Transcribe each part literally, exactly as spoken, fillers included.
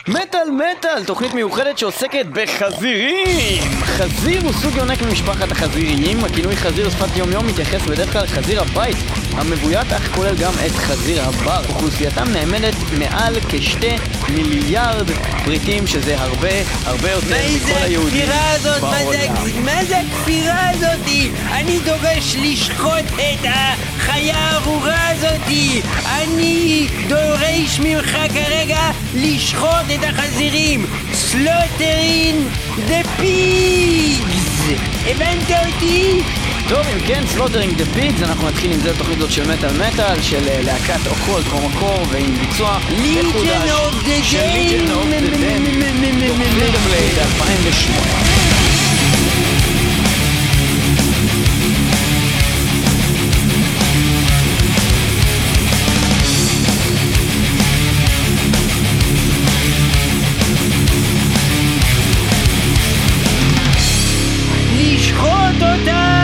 מטל מטל, תוכנית מיוחדת שעוסקת בחזירים. חזיר הוא סוג יונק ממשפחת החזיריים. הכינוי חזיר שפת יום יום מתייחס בדרך כלל לחזיר הבית המבוית, אך כולל גם את חזיר הבר. אוכלוסייתם נאמדת מעל כשתי מיליארד פריטים, שזה הרבה הרבה יותר מכל היהודים בעולם. מה זה הכפירה הזאתי? אני דורש לשחוט את החיה הארורה הזאתי. אני דורש ממך כרגע לשחוט את החזירים. סלוטרין דה פיגס. הבנת אותי? טוב, אם כן, סלוטרינג דה פיגס, אנחנו נתחיל עם זה התוכנית הזאת של מטל מטל, של להקת אוקולט קרומקור, ועם ביצוע ליג'ן אוף דה של ליג'ן אוף דה דן, פרידום לייד אלפיים ושמונה. לשחוט אותם!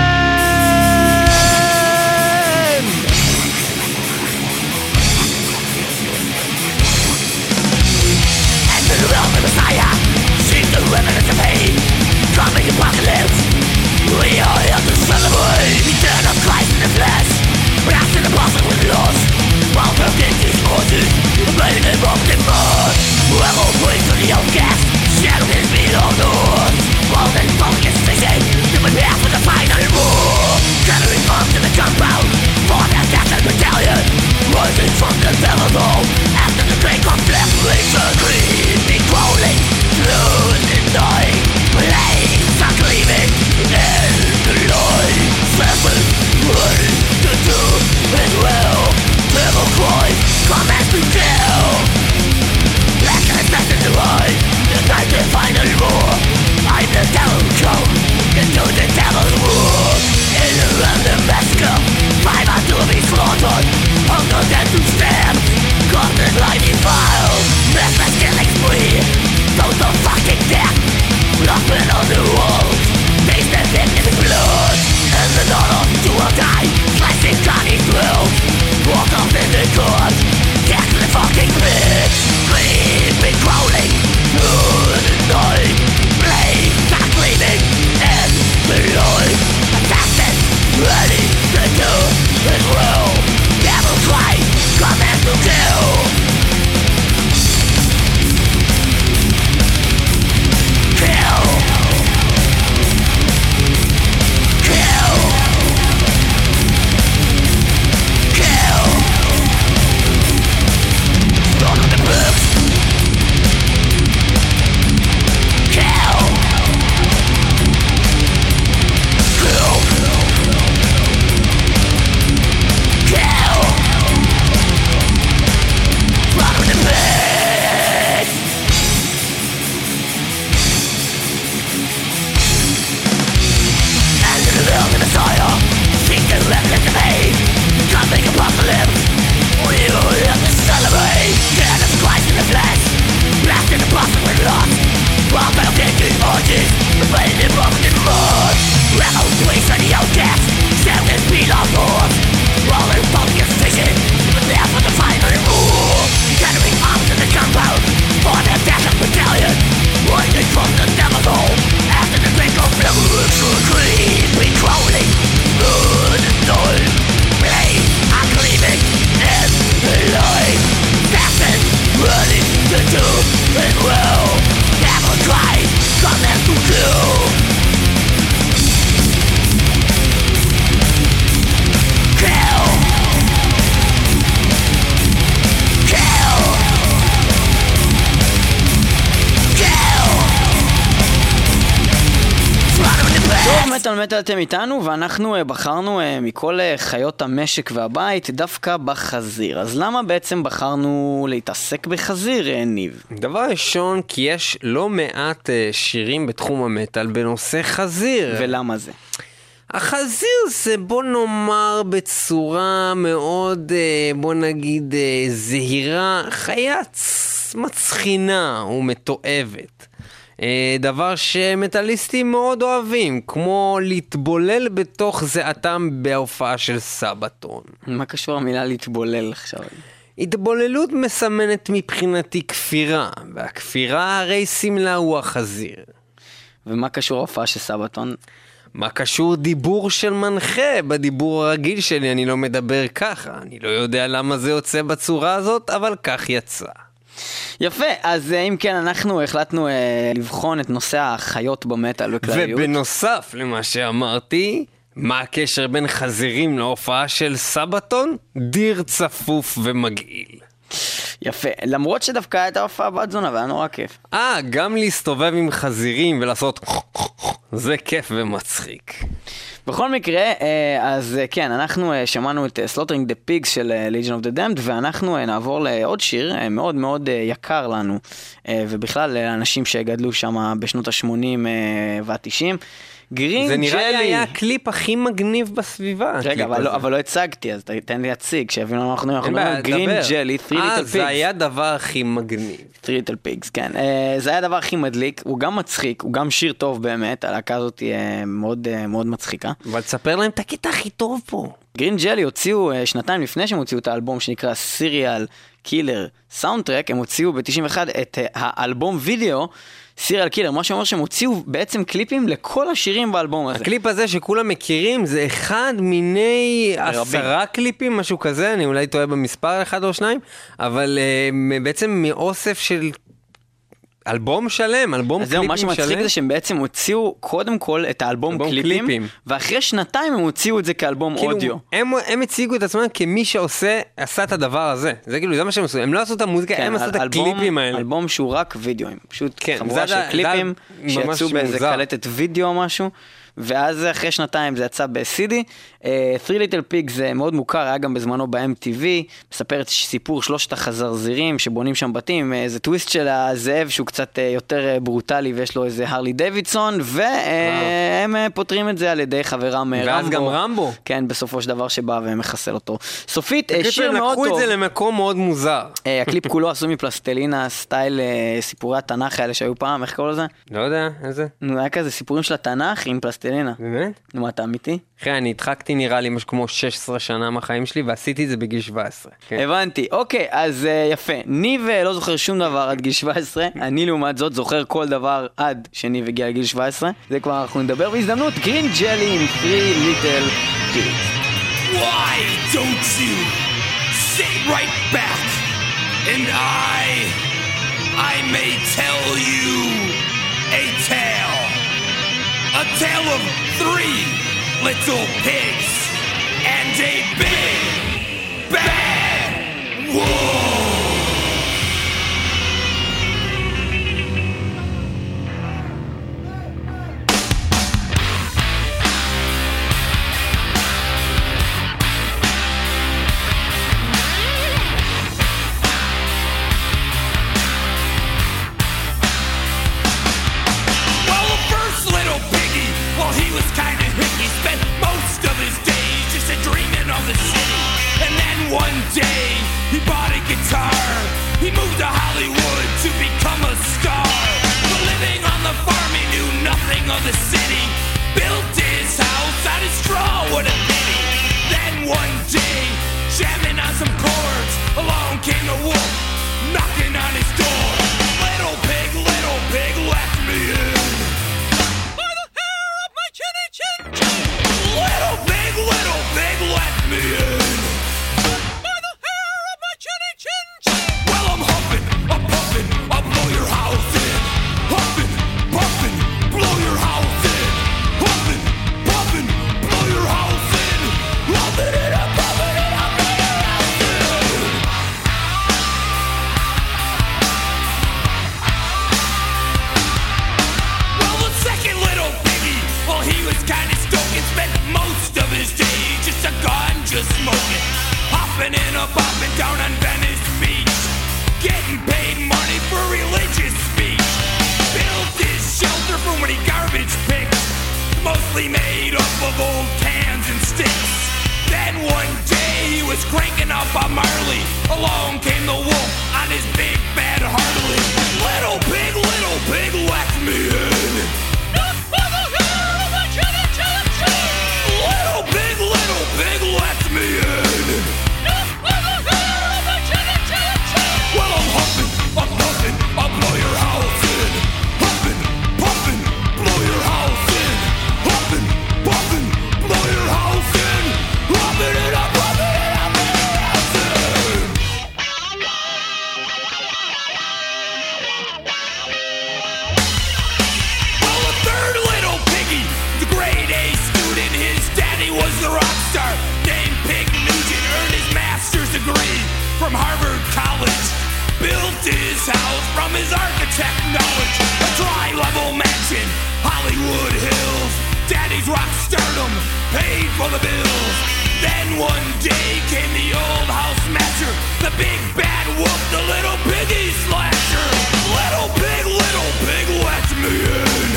Coming apocalypse, we are here to celebrate eternal Christ in the flesh. Wrapped in the bosom with loss, while broken these forces, burning them up the mud. We're all going to the outcast, shadow his beat on the horse. While then falling is fishing, to prepare for the final war. Gathering arms in the compound, for their death and battalion. Rising from the devil's hole, after the great conflagration, creeping, crawling through the night. Flames are gleaming in the light. Seven, one, to do as well. Devil cries, commands to kill. Like an assassin to hide, the night the final war. I'm the devil come into the devil's war. In a random massacre, five are to be slaughtered. Hunger dead to stab, constant lightning fire. Restless killing spree, total fucking death. Laughing on the walls, taste the victim's blood. And the dollar to a die, slicing Johnny's throat. Walk off in the court, get to the fucking pit. Creeping, crawling through the night. Flames are gleaming in the light. Assassins ready to do his will. Devil cries, commands to kill. מטל מטל אתם איתנו, ואנחנו בחרנו מכל חיות המשק והבית דווקא בחזיר. אז למה בעצם בחרנו להתעסק בחזיר, ניב? דבר ראשון, כי יש לא מעט שירים בתחום המטל בנושא חזיר. ולמה זה? החזיר זה, בוא נאמר בצורה מאוד, בוא נגיד, זהירה, חיה מצחינה ומתועבת. דבר שמטליסטים מאוד אוהבים, כמו להתבולל בתוך זעתם בהופעה של סבתון. מה קשור המילה להתבולל עכשיו? התבוללות מסמנת מבחינתי כפירה, והכפירה הרי סמלה הוא החזיר. ומה קשור ההופעה של סבתון? מה קשור דיבור של מנחה? בדיבור הרגיל שלי אני לא מדבר ככה. אני לא יודע למה זה יוצא בצורה הזאת, אבל כך יצא. יפה, אז אם כן אנחנו החלטנו אה, לבחון את נושא החיות במטל בכלליות. ובנוסף למה שאמרתי, מה הקשר בין חזירים להופעה של סבתון? דיר צפוף ומגעיל. יפה, למרות שדווקא הייתה הופעה בת זונה והיה נורא כיף. אה, גם להסתובב עם חזירים ולעשות זה כיף ומצחיק. בכל מקרה, אז כן, אנחנו שמענו את Slaughtering the Pigs של Legion of the Damned, ואנחנו נעבור לעוד שיר מאוד מאוד יקר לנו, ובכלל לאנשים שגדלו שם בשנות ה-שמונים וה-תשעים. גרין זה נראה ג'לי. לי היה הקליפ הכי מגניב בסביבה. רגע, אבל לא, אבל לא הצגתי, אז תן לי להציג, שיבינו לנו אנחנו אנחנו גרין ג'לי, Three Little Pigs. אה, זה היה הדבר הכי מגניב. Three Little Pigs, כן. זה היה הדבר הכי מדליק, הוא גם מצחיק, הוא גם שיר טוב באמת, הלהקה הזאת היא מאוד מאוד מצחיקה. אבל תספר להם את הקטע הכי טוב פה. גרין ג'לי הוציאו שנתיים לפני שהם הוציאו את האלבום שנקרא סיריאל קילר סאונדטרק, הם הוציאו ב-תשעים ואחת את האלבום וידאו סיריאל קילר, מה שאומר שהם הוציאו בעצם קליפים לכל השירים באלבום הזה. הקליפ הזה שכולם מכירים זה אחד מיני עשרה קליפים, משהו כזה, אני אולי טועה במספר אחד או שניים, אבל uh, בעצם מאוסף של אלבום שלם, אלבום קליפים שלם. מה שמצחיק זה שהם בעצם הוציאו קודם כל את האלבום קליפים, קליפים, ואחרי שנתיים הם הוציאו את זה כאלבום כאילו, אודיו. הם, הם הציגו את עצמם כמי שעושה, עשה את הדבר הזה. זה כאילו, זה מה שהם עשו. הם לא עשו את המוזיקה, כן, הם עשו את הקליפים האלה. אלבום שהוא רק וידאוים. פשוט כן, חבורה של קליפים שיצאו באיזה קלטת וידאו או משהו. ואז אחרי שנתיים זה יצא ב-סי די. uh, Three Little Pigs זה מאוד מוכר, היה גם בזמנו ב-אם טי וי, מספר את סיפור שלושת החזרזירים שבונים שם בתים, איזה טוויסט של הזאב שהוא קצת uh, יותר uh, ברוטלי ויש לו איזה הרלי דיווידסון, והם uh, uh, פותרים את זה על ידי חברם ואז רמבו. ואז גם רמבו. כן, בסופו של דבר שבא ומחסל אותו. סופית, uh, שיר מאוד טוב. לקחו את זה למקום מאוד מוזר. uh, הקליפ כולו עשו מפלסטלינה, סטייל uh, סיפורי התנ"ך האלה שהיו פעם, איך קוראים לזה? לא יודע, איזה? נו, היה כזה סיפורים של התנ"ך עם פלסטלינה. באמת? נו, מה, אתה אמיתי? אחרי, אני התחקתי נראה לי משהו כמו שש עשרה שנה מהחיים שלי, ועשיתי את זה בגיל שבע עשרה. כן. הבנתי, אוקיי, אז uh, יפה. ניב לא זוכר שום דבר עד גיל שבע עשרה, אני לעומת זאת זוכר כל דבר עד שניב הגיע לגיל שבע עשרה, זה כבר אנחנו נדבר בהזדמנות, גרין ג'לי עם Three Little Pigs. Why don't you sit right back and I, I may tell you a tale. A tale of three little pigs and a big bad wolf. He was kinda hippie, spent most of his days just a dreaming of the city. And then one day, he bought a guitar. He moved to Hollywood to become a star. But living on the farm, he knew nothing of the city. Built his house out of straw, what a pity. Then one day, jamming on some chords, along came the wolf, knocking on his door. Little pig, little pig, let me in. Little pig, little pig, let me in. By the hair of my chinny chin chin. Well, I'm huffing, I'm puffing, I'll blow your house in. Huffing, puffing, blow your house in. Huffing, puffing, blow your house in. Huffing it up, puffing it up, blow your house in. Well, the second little piggy, well, he was kind of stoking, spent most of his days just a ganja smoking, hopping and a bopping down on Venice Beach, getting paid money for religious speech. Built his shelter from when he garbage picked, mostly made up of old cans and sticks. Then one day he was cranking up Bob Marley, along came the wolf on his big bad Harley. Little pig, little pig, let me in. Little pig, little pig, let me in. Little pig, little pig, let me in. from Harvard College, built his house from his architect knowledge. A tri-level mansion, Hollywood Hills. Daddy's rock stardom paid for the bills. Then one day came the old house smasher, the big bad wolf, the little piggy slasher. Little pig, little pig, let me in.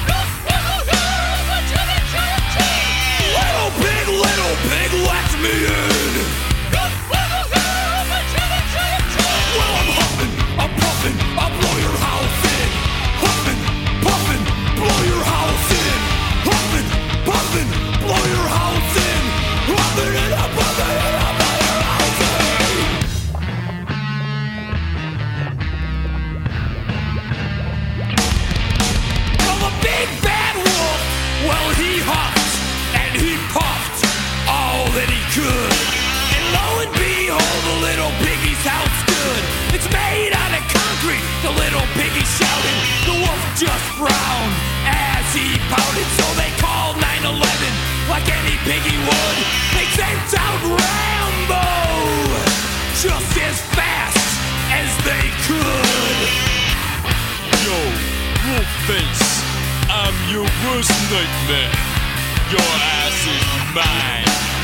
Little pig, little pig, let me in. Well, I'm huffing, I'm puffing, I'll blow your house in. Huffing, puffing, blow your house in. Huffing, puffing, blow your house in. Huffing it up, puffing it up, blow your house in. Well, the big bad wolf, well, he huffed and he puffed all that he could. And lo and behold, the little piggy's house stood. It's made out of concrete, the little piggy shouted. The wolf just frowned as he pouted. So they called nine eleven like any piggy would. They sent out Rambo just as fast as they could. Yo, Wolfface, I'm your worst nightmare. Your ass is mine.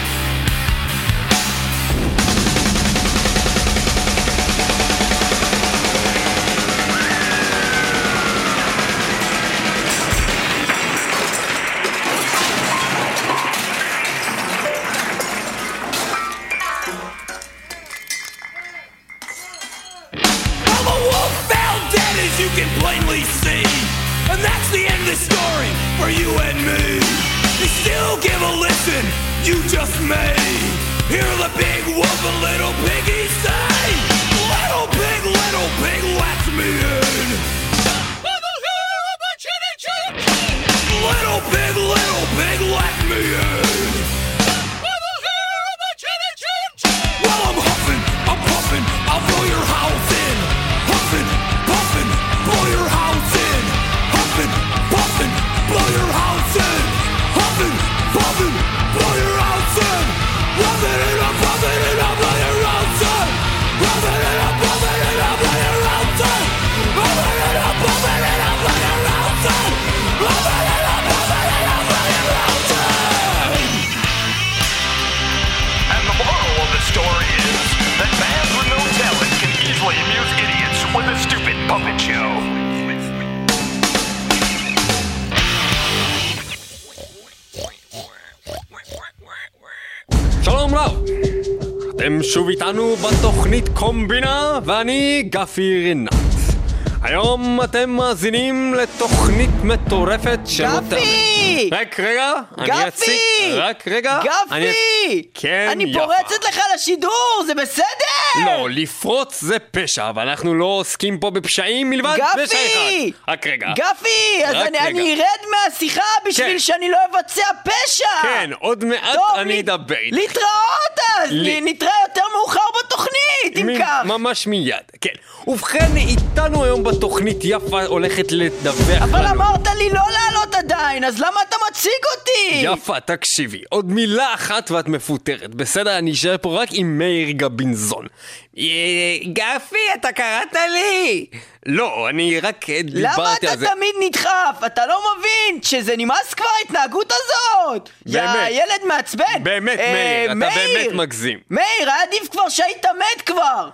You can plainly see, and that's the end of the story for you and me. You still give a listen, you just may hear the big wolf and little piggy say, little pig, little pig, let me in. Little pig, little pig, let me in. Well, I'm huffing, I'm puffing, I'll blow your house in. Huffing, puffing, blow your house in. Huffing, puffing, blow your house in. Huffing, puffing, blow your house in. Rubbing it up, rubbing it up, blow your house in. Rubbing it up, rubbing it up, blow your house in. Rubbing it up, rubbing it up, blow your house in. Rubbing it up, rubbing it up, blow your house in. And the moral of the story is that bands with no talent can easily amuse idiots with a stupid puppet show. שלום רב, אתם שוב איתנו בתוכנית קומבינה ואני גפי רינת. היום אתם מאזינים לתוכנית מטורפת שנותר... גפי! רק רגע, אני גפי! אציג... רק רגע, גפי! אני... כן, אני יפה. פורצת לך לשידור, זה בסדר? לא, לפרוץ זה פשע, ואנחנו לא עוסקים פה בפשעים מלבד גפי! פשע אחד. רק רגע. גפי, אז רק אני, רגע. אני ארד מהשיחה בשביל כן. שאני לא אבצע פשע. כן, עוד מעט טוב, אני ל- אדבר איתך. להתראות אז, ל- נתראה יותר מאוחר בתוכנית, אם מ- כך. ממש מיד, כן. ובכן, איתנו היום בתוכנית יפה הולכת לדווח לנו. אבל אמרת לי לא לעלות עדיין, אז למה אתה מציג אותי? יפה, תקשיבי, עוד מילה אחת ואת מפוטרת, בסדר? אני אשאר פה רק עם מאיר גבינזון. אה, גפי, אתה קראת לי? לא, אני רק אה, למה דיברתי אתה על זה. תמיד נדחף? אתה לא מבין שזה נמאס כבר ההתנהגות הזאת? באמת. יא ילד מעצבן. באמת, אה, מאיר, אתה באמת מגזים. מאיר, היה עדיף כבר שהיית מת כבר.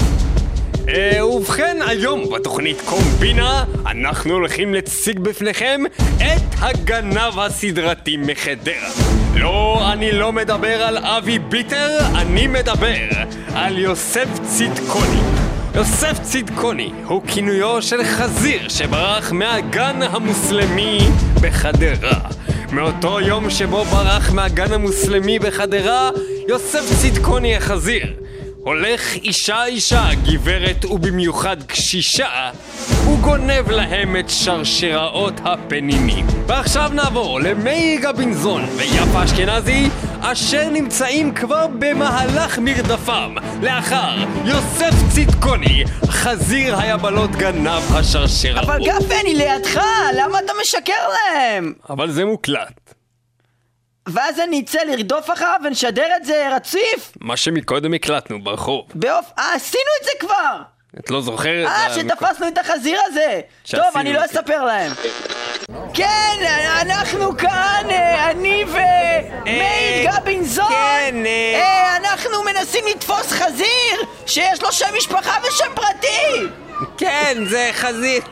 אה, ובכן, היום בתוכנית קומבינה אנחנו הולכים להציג בפניכם את הגנב הסדרתי מחדרה. לא, אני לא מדבר על אבי ביטר, אני מדבר על יוסף צדקוני. יוסף צדקוני הוא כינויו של חזיר שברח מהגן המוסלמי בחדרה. מאותו יום שבו ברח מהגן המוסלמי בחדרה, יוסף צדקוני החזיר הולך אישה אישה, גברת ובמיוחד קשישה, הוא גונב להם את שרשראות הפנינים. ועכשיו נעבור למאיר גבינזון ויפה אשכנזי, אשר נמצאים כבר במהלך מרדפם לאחר יוסף צדקוני, חזיר היבלות גנב השרשראות. אבל גפי, אני לידך, למה אתה משקר להם? אבל זה מוקלט. ואז אני אצא לרדוף אחריו ונשדר את זה רציף? מה שמקודם הקלטנו ברחוב. באופ... אה, עשינו את זה כבר! את לא זוכרת? אה, שתפסנו את החזיר הזה! טוב, אני לא אספר להם. כן, אנחנו כאן, אני ומאיר גבינזון. כן, אנחנו מנסים לתפוס חזיר שיש לו שם משפחה ושם פרטי. כן, זה חזיר.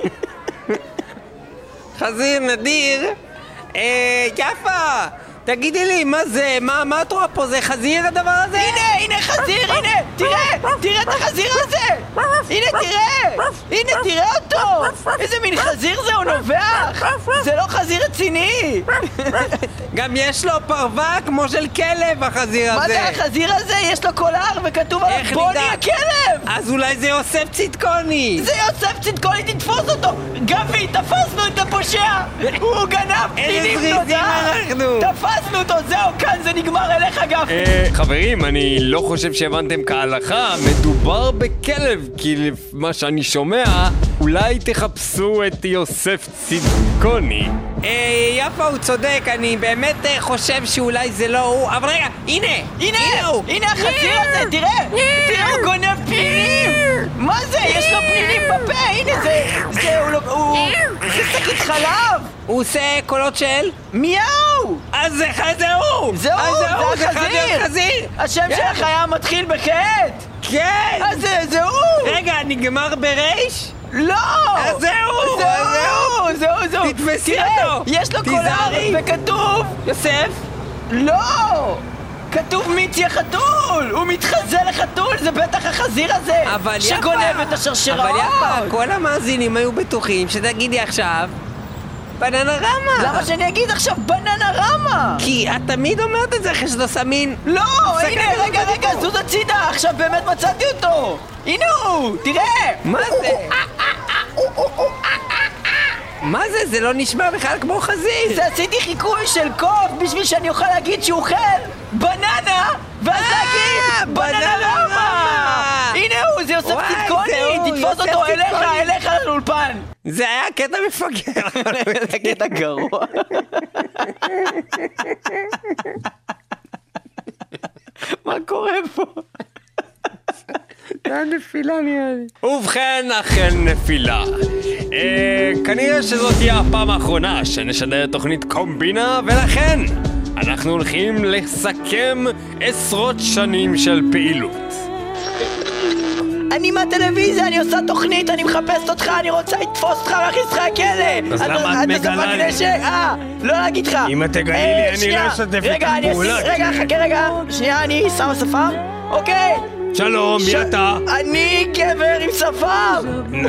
חזיר נדיר. אה, יפה, תגידי לי, מה זה? מה, מה את רואה פה? זה חזיר הדבר הזה? הנה, הנה חזיר, הנה! תראה! תראה את החזיר הזה! הנה, תראה! הנה, תראה אותו! איזה מין חזיר זה, הוא נובח! זה לא חזיר רציני! גם יש לו פרווה כמו של כלב, החזיר הזה. מה זה החזיר הזה? יש לו קולר וכתוב עליו בוני הכלב! אז אולי זה יוסף צדקוני. זה יוסף צדקוני, תתפוס אותו! גבי, תפסנו את הפושע! הוא גנב פנינים נודע! תפסנו אותו, זהו, כאן זה נגמר אליך, גבי! חברים, אני לא חושב שהבנתם כהלכה, מדובר בכלב, כי מה שאני שומע, אולי תחפשו את יוסף צדקוני. אה, יפה, הוא צודק, אני באמת חושב שאולי זה לא הוא, אבל רגע, הנה! הנה הוא! הנה החזיר הזה, תראה! תראה, הוא גונב פנינים! מה זה? יש לו פנינים בפה! הנה זה... זה... הוא לא... הוא... זה שקית חלב! הוא עושה קולות של... מיהו! אז זה הוא! זהו, זה החזיר! החזיר! השם שלך היה מתחיל בחטא! כן! אז זה הוא! רגע, נגמר ברייש? לא! אז זהו! זהו! זהו! זהו! תתפסי אותו! יש לו קולר וכתוב... יוסף? לא! כתוב מיצי החתול! הוא מתחזה לחתול! זה בטח החזיר הזה! שגונב את השרשראות! אבל יפה, כל המאזינים היו בטוחים שתגידי עכשיו בננרמה! למה שאני אגיד עכשיו בננרמה? כי את תמיד אומרת את זה אחרי שאתה סמין. לא! הנה, רגע, רגע, זוז הצידה! עכשיו באמת מצאתי אותו! הנה הוא! תראה! מה זה? מה זה? זה לא נשמע בכלל כמו חזיר! זה עשיתי חיקוי של קוף בשביל שאני אוכל להגיד שהוא אוכל בננה ואז להגיד בננרמה! הנה הוא, זה יוסף צדקוני! תתפוס אותו אליך, אליך לאולפן! זה היה קטע מפגר! זה קטע גרוע! מה קורה פה? זה הנפילה נראה לי. ובכן, אכן נפילה. אה, כנראה שזאת תהיה הפעם האחרונה שנשדר תוכנית קומבינה, ולכן אנחנו הולכים לסכם עשרות שנים של פעילות. אני מהטלוויזיה, אני עושה תוכנית, אני מחפשת אותך, אני רוצה לתפוס אותך להכניס לך הכלא! אז למה את מגלה לי? אה, לא להגיד לך. אם את תגלי לי, אני לא אשתף איתך פעולה. רגע, חכה רגע, שנייה, אני שם שפם? אוקיי. שלום, מי אתה? אני גבר עם שפם!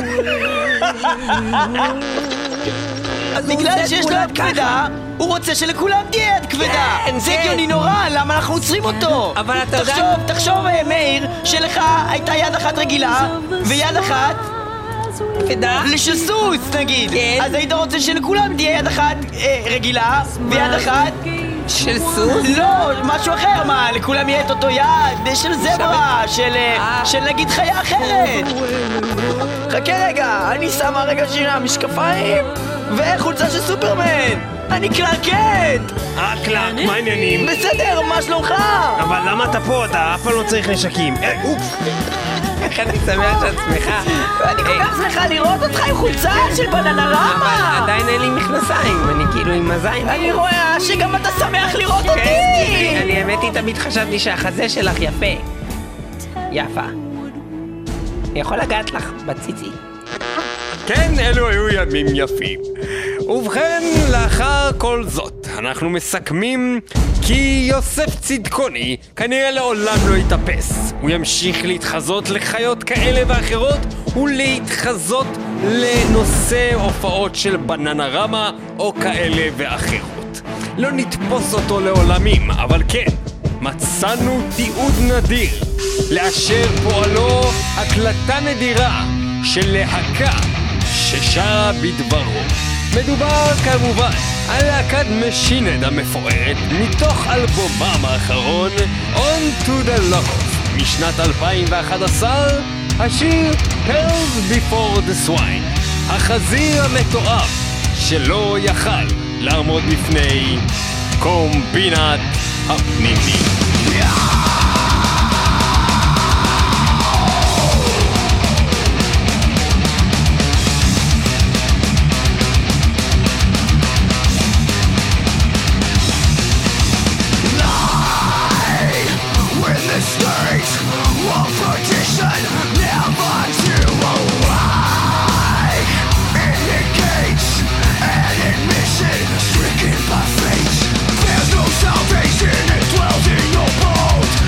אז בגלל שיש לו יד כבדה, הוא רוצה שלכולם תהיה יד כבדה! זה הגיוני נורא, למה אנחנו עוצרים אותו? אבל אתה יודע... תחשוב, תחשוב, מאיר, שלך הייתה יד אחת רגילה, ויד אחת... כבדה? של סוס, נגיד! כן. אז היית רוצה שלכולם תהיה יד אחת רגילה, ויד אחת... של סוס? לא, משהו אחר, מה? לכולם יהיה את אותו יד, של זברה, של... של נגיד חיה אחרת! חכה רגע, אני שמה רגע שירה משקפיים וחולצה של סופרמן! אני קלרקט! אה, קלארק, מה העניינים? בסדר, מה שלומך? אבל למה אתה פה? אתה אף פעם לא צריך נשקים. אה, אוף! איך אני שמח שאת שמחה. אני כל כך שמחה לראות אותך עם חולצה של בננרמה! אבל עדיין אין לי מכנסיים, אני כאילו עם הזין. אני רואה שגם אתה שמח לראות אותי! אני האמת היא תמיד חשבתי שהחזה שלך יפה. יפה. אני יכול לגעת לך בציצי. כן, אלו היו ימים יפים. ובכן, לאחר כל זאת, אנחנו מסכמים כי יוסף צדקוני כנראה לעולם לא יתאפס. הוא ימשיך להתחזות לחיות כאלה ואחרות ולהתחזות לנושא הופעות של בננרמה או כאלה ואחרות. לא נתפוס אותו לעולמים, אבל כן, מצאנו תיעוד נדיר לאשר פועלו הקלטה נדירה של להקה ששרה בדברו. מדובר כמובן על להקת משינד המפוארת מתוך אלבומם האחרון On to the Love משנת אלפיים ואחת עשרה, השיר Pearls Before the Swine, החזיר המתועב שלא יכל לעמוד בפני קומבינת הפנינים. Stricken by fate, there's no salvation. It dwells in your bones.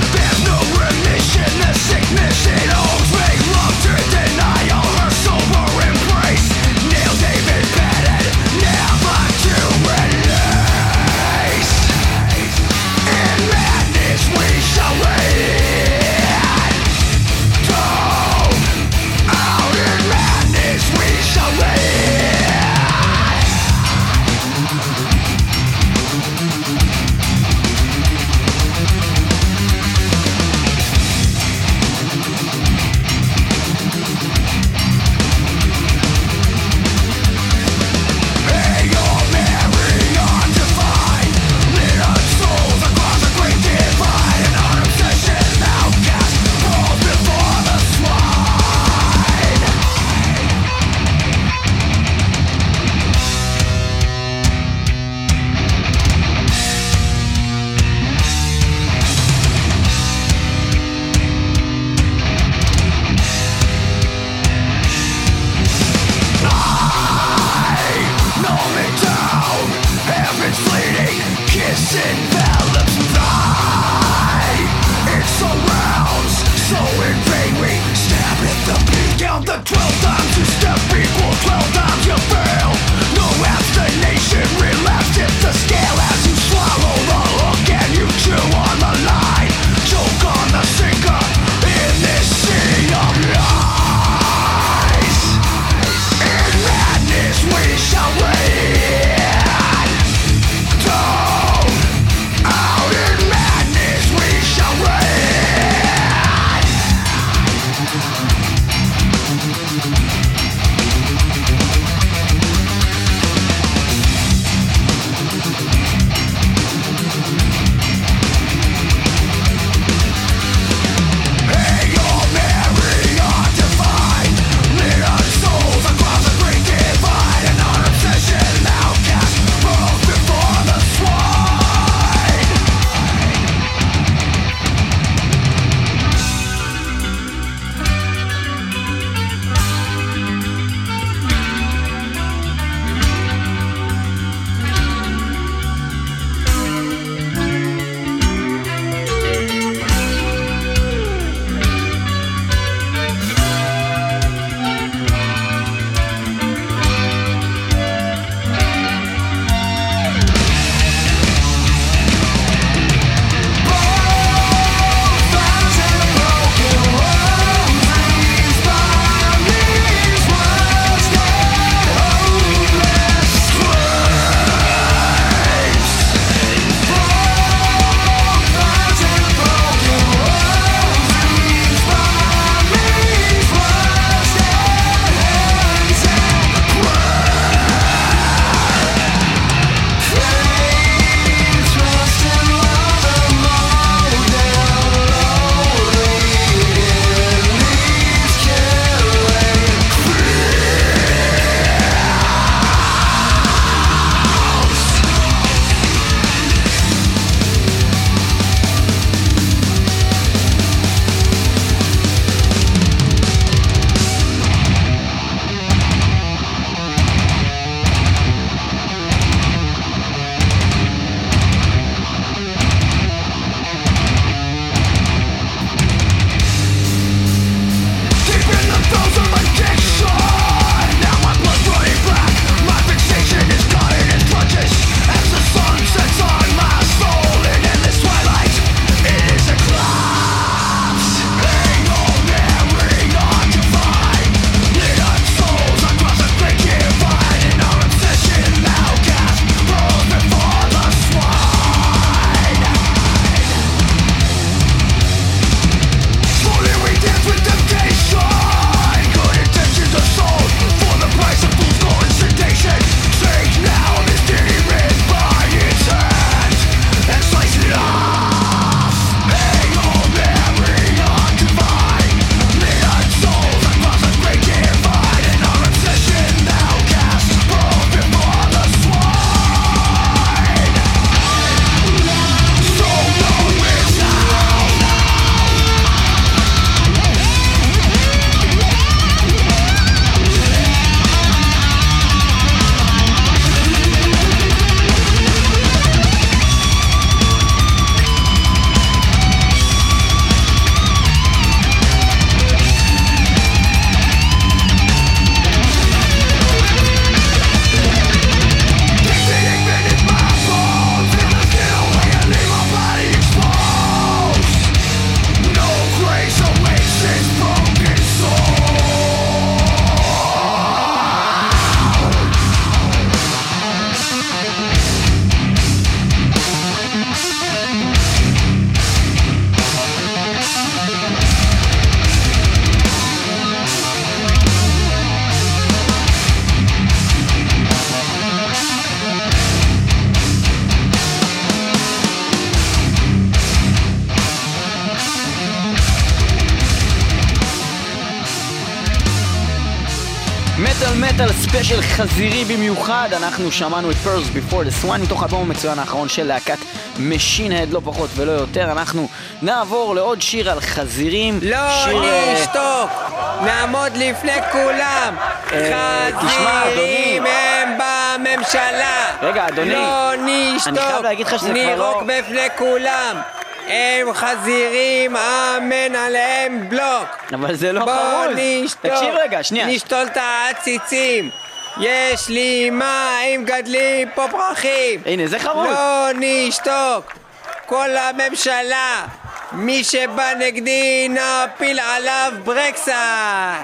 מטל מטל ספיישל חזירי במיוחד. אנחנו שמענו את Pearls Before the Swan מתוך האלבום המצוין האחרון של להקת משין הד, לא פחות ולא יותר. אנחנו נעבור לעוד שיר על חזירים. לא נשתוק, נעמוד לפני כולם. חזירים הם בממשלה. רגע אדוני, לא נשתוק, נירוק בפני כולם. הם חזירים, אמן עליהם בלוק. אבל זה לא חרוז. בוא נשתוק, תקשיב רגע, שנייה. נשתול את העציצים. יש לי מים גדלים פה פרחים. הנה זה חרוז. לא נשתוק, כל הממשלה, מי שבא נגדי נפיל עליו ברקסה.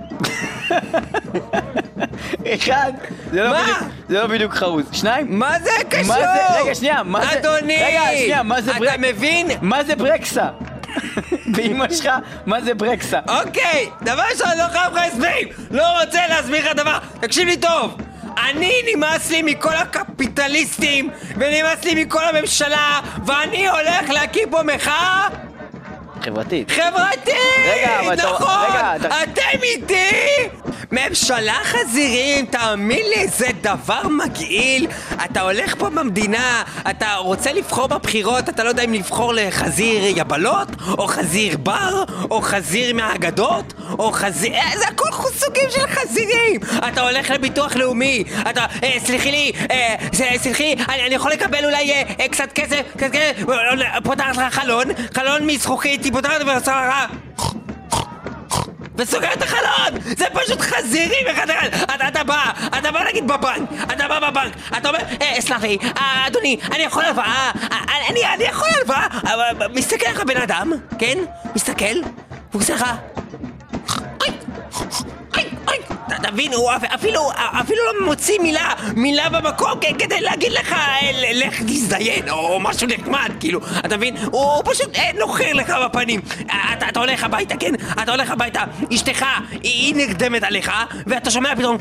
אחד, זה לא מה? בדיוק, זה לא בדיוק חרוז. שניים, מה זה קשור? מה זה, רגע שנייה, מה זה, אדוני, רגע שנייה, מה זה ברק... אתה מבין? מה זה ברקסה? באמא שלך, מה זה ברקסה? אוקיי, דבר שאני לא חייב לך הסברים, לא רוצה להסביר לך דבר, תקשיב לי טוב. אני נמאס לי מכל הקפיטליסטים ונמאס לי מכל הממשלה, ואני הולך להקים פה מחאה חברתית. חברתית! רגע, אבל אתה... נכון! רגע, אתה... אתם איתי? ממשלה חזירים, תאמין לי, זה דבר מגעיל. אתה הולך פה במדינה, אתה רוצה לבחור בבחירות, אתה לא יודע אם לבחור לחזיר יבלות, או חזיר בר, או חזיר מהאגדות, או חזיר... זה הכל סוגים של חזירים. אתה הולך לביטוח לאומי, אתה... אה, סליחי לי, אה, סליחי, אני, אני יכול לקבל אולי אה, אה, קצת כסף, קצת כסף, פותחת לך חלון, חלון מזכוכית, היא פותחת ועושה לך... וסוגר את החלון! זה פשוט חזירים אחד אחד! אתה, אתה בא, אתה בא נגיד בבנק, אתה בא בבנק, אתה אומר, אה, סלח לי, אה, אדוני, אני יכול הלוואה, אה, אני, אני יכול הלוואה, אבל מסתכל לך בן אדם, כן? מסתכל, והוא עושה לך... אוי, אוי, אוי, תבין, הוא אפילו, אפילו לא מוציא מילה, מילה במקום כדי להגיד לך, לך תזדיין, או משהו נחמד, כאילו, אתה מבין? הוא פשוט נוחר לך בפנים. אתה, אתה הולך הביתה, כן? אתה הולך הביתה, אשתך, היא נרדמת עליך, ואתה שומע פתאום...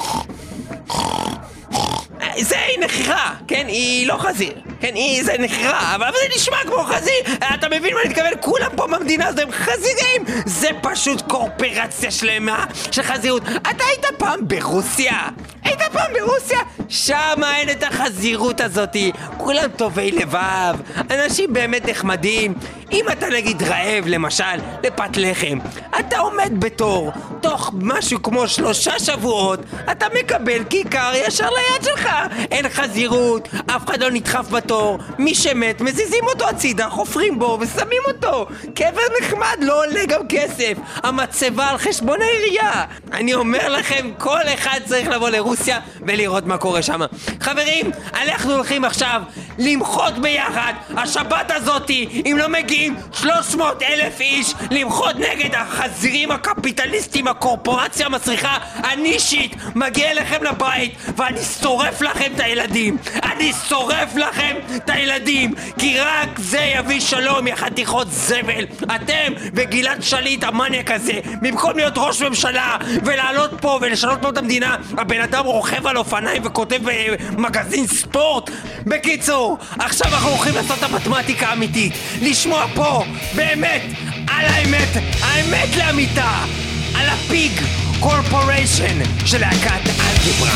זה היא נחירה, כן? היא לא חזיר, כן? היא זה נחירה, אבל זה נשמע כמו חזיר. אתה מבין מה אני מתכוון? כולם פה במדינה הזאת הם חזירים. זה פשוט קורפרציה שלמה של חזירות. אתה היית פעם ברוסיה? היית פעם ברוסיה? שם אין את החזירות הזאת. כולם טובי לבב, אנשים באמת נחמדים. אם אתה נגיד רעב למשל לפת לחם, אתה עומד בתור, תוך משהו כמו שלושה שבועות אתה מקבל כיכר ישר ליד שלך. אין חזירות, אף אחד לא נדחף בתור, מי שמת מזיזים אותו הצידה, חופרים בו ושמים אותו. קבר נחמד לא עולה גם כסף, המצבה על חשבון העירייה. אני אומר לכם, כל אחד צריך לבוא לרוסיה ולראות מה קורה שם. חברים, אנחנו הולכים עכשיו למחות ביחד השבת הזאתי, אם לא מגיעים שלוש מאות אלף איש למחות נגד החזירים הקפיטליסטים, הקורפורציה המסריחה. אני אישית מגיע אליכם לבית ואני שורף לכם את הילדים, אני שורף לכם את הילדים, כי רק זה יביא שלום, יא חתיכות זבל. אתם וגלעד שליט המניאק הזה, במקום להיות ראש ממשלה ולעלות פה ולשנות פה את המדינה, הבן אדם רוכב על אופניים וכותב במגזין ספורט. בקיצור, עכשיו אנחנו הולכים לעשות את המתמטיקה האמיתית, לשמוע פה באמת על האמת, האמת לאמיתה, על הפיג קורפוריישן של להקת אלגברה.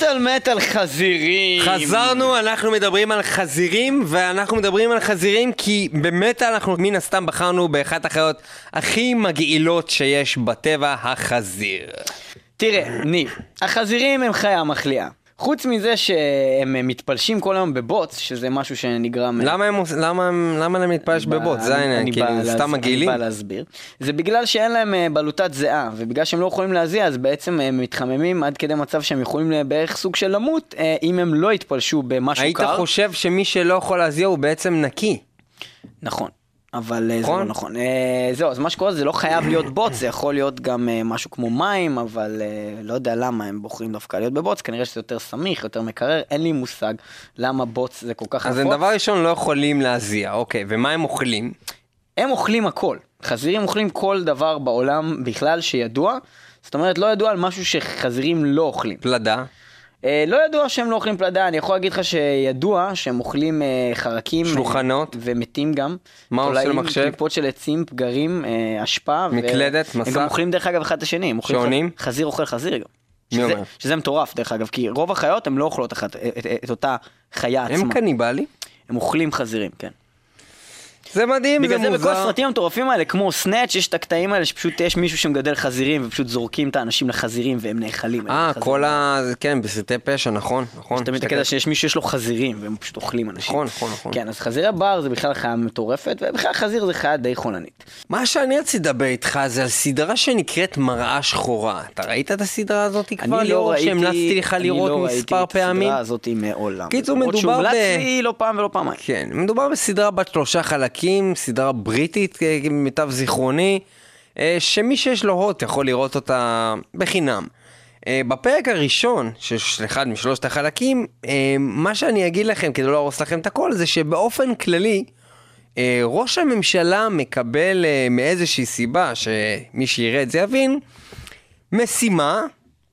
קריסטל מטל חזירים. חזרנו, אנחנו מדברים על חזירים, ואנחנו מדברים על חזירים כי במטל אנחנו מן הסתם בחרנו באחת החיות הכי מגעילות שיש בטבע, החזיר. תראה, ניב, החזירים הם חיה מחליאה. חוץ מזה שהם מתפלשים כל היום בבוץ, שזה משהו שנגרם... למה הם, למה הם, למה הם מתפלש בבוץ? זה העניין, כאילו, סתם מגעילים? אני בא להסביר. זה בגלל שאין להם בלוטת זיעה, ובגלל שהם לא יכולים להזיע, אז בעצם הם מתחממים עד כדי מצב שהם יכולים בערך סוג של למות, אם הם לא יתפלשו במשהו היית קר. היית חושב שמי שלא יכול להזיע הוא בעצם נקי. נכון. אבל זה לא נכון. זהו, אז מה שקורה זה לא חייב להיות בוץ, זה יכול להיות גם משהו כמו מים, אבל לא יודע למה הם בוחרים דווקא להיות בבוץ, כנראה שזה יותר סמיך, יותר מקרר, אין לי מושג למה בוץ זה כל כך נפוץ. אז הם דבר ראשון לא יכולים להזיע, אוקיי, ומה הם אוכלים? הם אוכלים הכל. חזירים אוכלים כל דבר בעולם בכלל שידוע, זאת אומרת לא ידוע על משהו שחזירים לא אוכלים. פלדה? לא ידוע שהם לא אוכלים פלדה, אני יכול להגיד לך שידוע שהם אוכלים חרקים. שלוחנות. ומתים גם. מה עושה למחשב? קליפות של עצים, פגרים, אשפה. מקלדת, מסך. הם גם אוכלים דרך אגב אחד את השני. שעונים? חזיר אוכל חזיר גם. מי אומר? שזה מטורף דרך אגב, כי רוב החיות הן לא אוכלות את אותה חיה עצמה. הם קניבלים? הם אוכלים חזירים, כן. זה מדהים, זה מוזר. בגלל זה בכל הסרטים המטורפים האלה, כמו סנאץ', יש את הקטעים האלה שפשוט יש מישהו שמגדל חזירים, ופשוט זורקים את האנשים לחזירים, והם נאכלים. אה, כל ה... כן, בסרטי פשע, נכון, נכון. יש תמיד הקטע שיש מישהו שיש לו חזירים, והם פשוט אוכלים אנשים. נכון, נכון, נכון. כן, אז חזירי בר זה בכלל חיה מטורפת, ובכלל חזיר זה חיה די חולנית. מה שאני רציתי לדבר איתך זה על סדרה שנקראת מראה שחורה. אתה ראית את הסדרה הזאת כבר? אני לא ראיתי, שהמלצתי לך לראות מספר פעמים. אני לא ראיתי את הסדרה הזאת מעולם. קיצור, מדובר ב... לא פעם ולא פעמיים. כן, מדובר בסדרה בת שלושה חלקים, סדרה בריטית, כמיטב זיכרוני, שמי שיש לו הוט יכול לראות אותה בחינם. בפרק הראשון, של אחד משלושת החלקים, מה שאני אגיד לכם, כדי לא להרוס לכם את הכל, זה שבאופן כללי, ראש הממשלה מקבל מאיזושהי סיבה, שמי שיראה את זה יבין, משימה,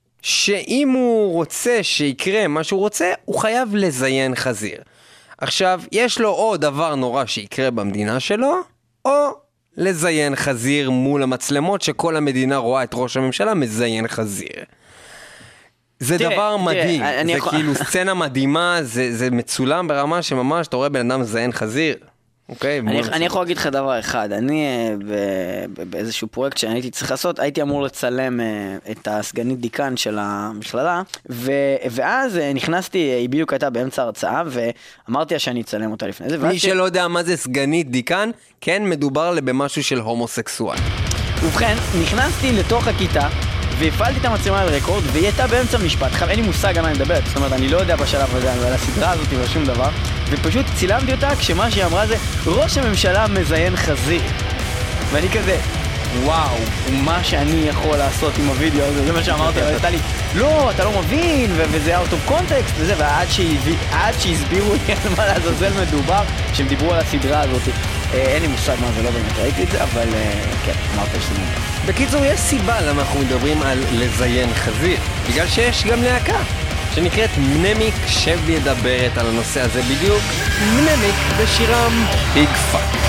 שאם הוא רוצה שיקרה מה שהוא רוצה, הוא חייב לזיין חזיר. עכשיו, יש לו או דבר נורא שיקרה במדינה שלו, או לזיין חזיר מול המצלמות שכל המדינה רואה את ראש הממשלה מזיין חזיר. זה תראה, דבר מדהים, תראה, זה יכול... כאילו סצנה מדהימה, זה, זה מצולם ברמה שממש אתה רואה בן אדם מזיין חזיר. אוקיי, אני, אני יכול להגיד לך דבר אחד, אני באיזשהו פרויקט שאני הייתי צריך לעשות, הייתי אמור לצלם את הסגנית דיקן של המכללה, ו, ואז נכנסתי, היא בדיוק הייתה באמצע הרצאה, ואמרתי שאני אצלם אותה לפני זה. מי שלא יודע מה זה סגנית דיקן, כן מדובר במשהו של הומוסקסואל. ובכן, נכנסתי לתוך הכיתה, והפעלתי את המצלמה על רקורד, והיא הייתה באמצע משפט. עכשיו, אין לי מושג על מה אני מדברת, זאת אומרת, אני לא יודע בשלב הזה, על הסדרה הזאת ולא שום דבר, ופשוט צילמתי אותה כשמה שהיא אמרה זה, ראש הממשלה מזיין חזיר. ואני כזה, וואו, מה שאני יכול לעשות עם הוידאו הזה, זה מה שאמרתי, אבל הייתה לי, לא, אתה לא מבין, וזה out of context, וזה, ועד שהסבירו לי על מה לעזאזל מדובר, שהם דיברו על הסדרה הזאת. אין לי מושג מה זה, לא באמת ראיתי את זה, אבל כן, אמרת שזה מובן. בקיצור, יש סיבה למה אנחנו מדברים על לזיין חזיר, בגלל שיש גם להקה שנקראת מנמיק, שמדברת על הנושא הזה בדיוק, מנמיק בשירם ביג פאק.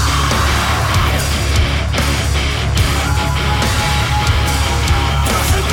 Doesn't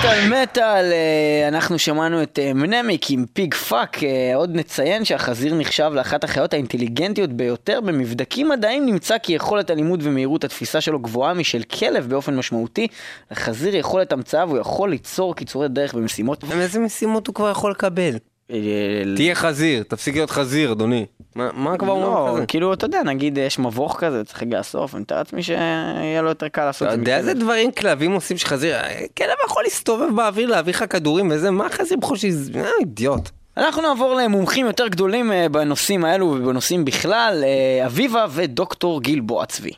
מטל מטל, אנחנו שמענו את מנמיק עם פיג פאק. עוד נציין שהחזיר נחשב לאחת החיות האינטליגנטיות ביותר. במבדקים מדעיים נמצא כי יכולת הלימוד ומהירות התפיסה שלו גבוהה משל כלב באופן משמעותי. לחזיר יכולת המצאה והוא יכול ליצור קיצורי דרך במשימות. איזה משימות הוא כבר יכול לקבל? תהיה חזיר, תפסיק להיות חזיר, אדוני. מה כבר אומרים כזה? כאילו, אתה יודע, נגיד יש מבוך כזה, צריך לאסוף, אני מתאר לעצמי שיהיה לו יותר קל לעשות את זה. אתה יודע איזה דברים כלבים עושים שחזיר? כלב יכול להסתובב באוויר, להביא לך כדורים וזה, מה חזיר בחושי? אה, אידיוט. אנחנו נעבור למומחים יותר גדולים בנושאים האלו ובנושאים בכלל, אביבה ודוקטור גלבוע צבי.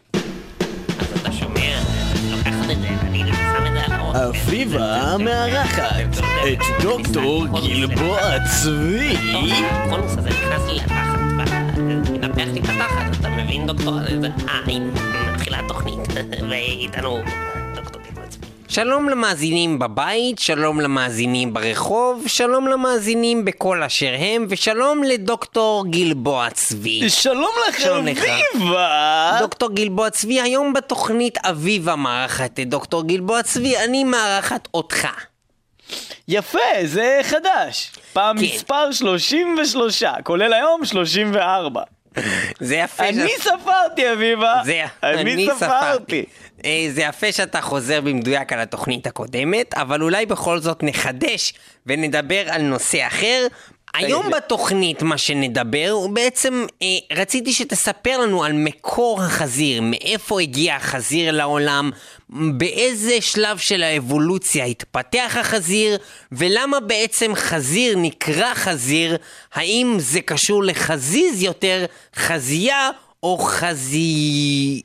אז אתה שומע, לוקחת את זה, אני שם את זה על הראש. אביבה מארחת את דוקטור גלבוע צבי. כל נושא הזה נכנס לי לתחת, מנפח לי את התחת, אתה מבין דוקטור? אה, הנה, מתחילה התוכנית, ואיתנו דוקטור גלבוע צבי. שלום למאזינים בבית, שלום למאזינים ברחוב, שלום למאזינים בכל אשר הם, ושלום לדוקטור גלבוע צבי. שלום לך אביבה. דוקטור גלבוע צבי, היום בתוכנית אביבה מארחת את דוקטור גלבוע צבי, אני מארחת אותך. יפה, זה חדש. פעם כן. מספר שלושים ושלוש, כולל היום שלושים וארבע. זה יפה. אני שאת... ספרתי אביבה. זה, אני, אני ספרתי. אה, זה יפה שאתה חוזר במדויק על התוכנית הקודמת, אבל אולי בכל זאת נחדש ונדבר על נושא אחר. היום בתוכנית מה שנדבר הוא בעצם, אה, רציתי שתספר לנו על מקור החזיר, מאיפה הגיע החזיר לעולם, באיזה שלב של האבולוציה התפתח החזיר, ולמה בעצם חזיר נקרא חזיר, האם זה קשור לחזיז יותר, חזייה או חזי...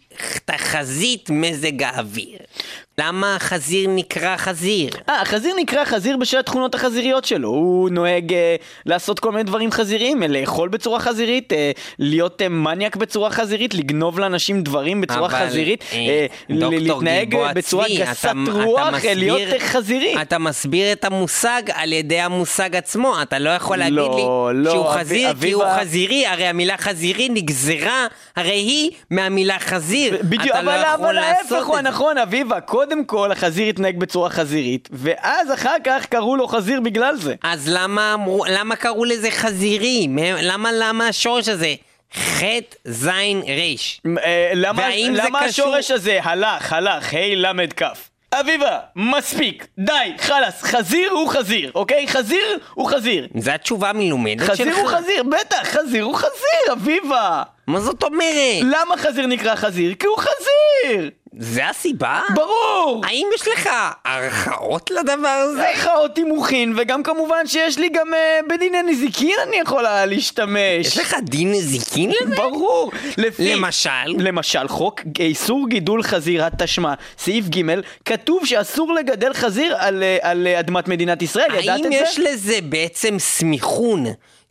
תחזית מזג האוויר. למה החזיר נקרא חזיר? אה, החזיר נקרא חזיר בשל התכונות החזיריות שלו. הוא נוהג אה, לעשות כל מיני דברים חזיריים, לאכול בצורה חזירית, אה, להיות אה, מניאק בצורה חזירית, לגנוב לאנשים דברים בצורה אבל, חזירית, אה, אה, להתנהג בצורה צבי, גסת אתה, רוח, אתה מסביר, להיות אה, חזירי. אתה מסביר את המושג על ידי המושג עצמו. אתה לא יכול להגיד לא, לי לא, שהוא אב, חזיר אביבה... כי הוא חזירי. הרי המילה חזירי נגזרה, הרי היא מהמילה חזיר. בדיוק, אתה אבל, לא יכול אבל לעשות ההפך הוא את זה. הנכון, אביבה. קודם כל החזיר התנהג בצורה חזירית, ואז אחר כך קראו לו חזיר בגלל זה. אז למה, אמרו, למה קראו לזה חזירי? למה, למה השורש הזה? חטא זין ריש. אה, למה, והאם זה למה קשור- השורש הזה הלך, הלך, היי למד כף? אביבה, מספיק, די, חלס, חזיר הוא חזיר, אוקיי? חזיר הוא חזיר. זו התשובה מלומדת חזיר שלך. הוא חזיר, בטח, חזיר הוא חזיר, אביבה. מה זאת אומרת? למה חזיר נקרא חזיר? כי הוא חזיר. זה הסיבה? ברור. האם יש לך ערכאות לדבר הזה? ערכאות תימוכין, וגם כמובן שיש לי גם uh, בדיני נזיקין אני יכולה להשתמש. יש לך דין נזיקין לזה? ברור. לפי, למשל? למשל, חוק איסור גידול חזיר התשמע, סעיף ג' כתוב שאסור לגדל חזיר על, uh, על uh, אדמת מדינת ישראל. ידעת האם את יש זה? לזה בעצם סמיכון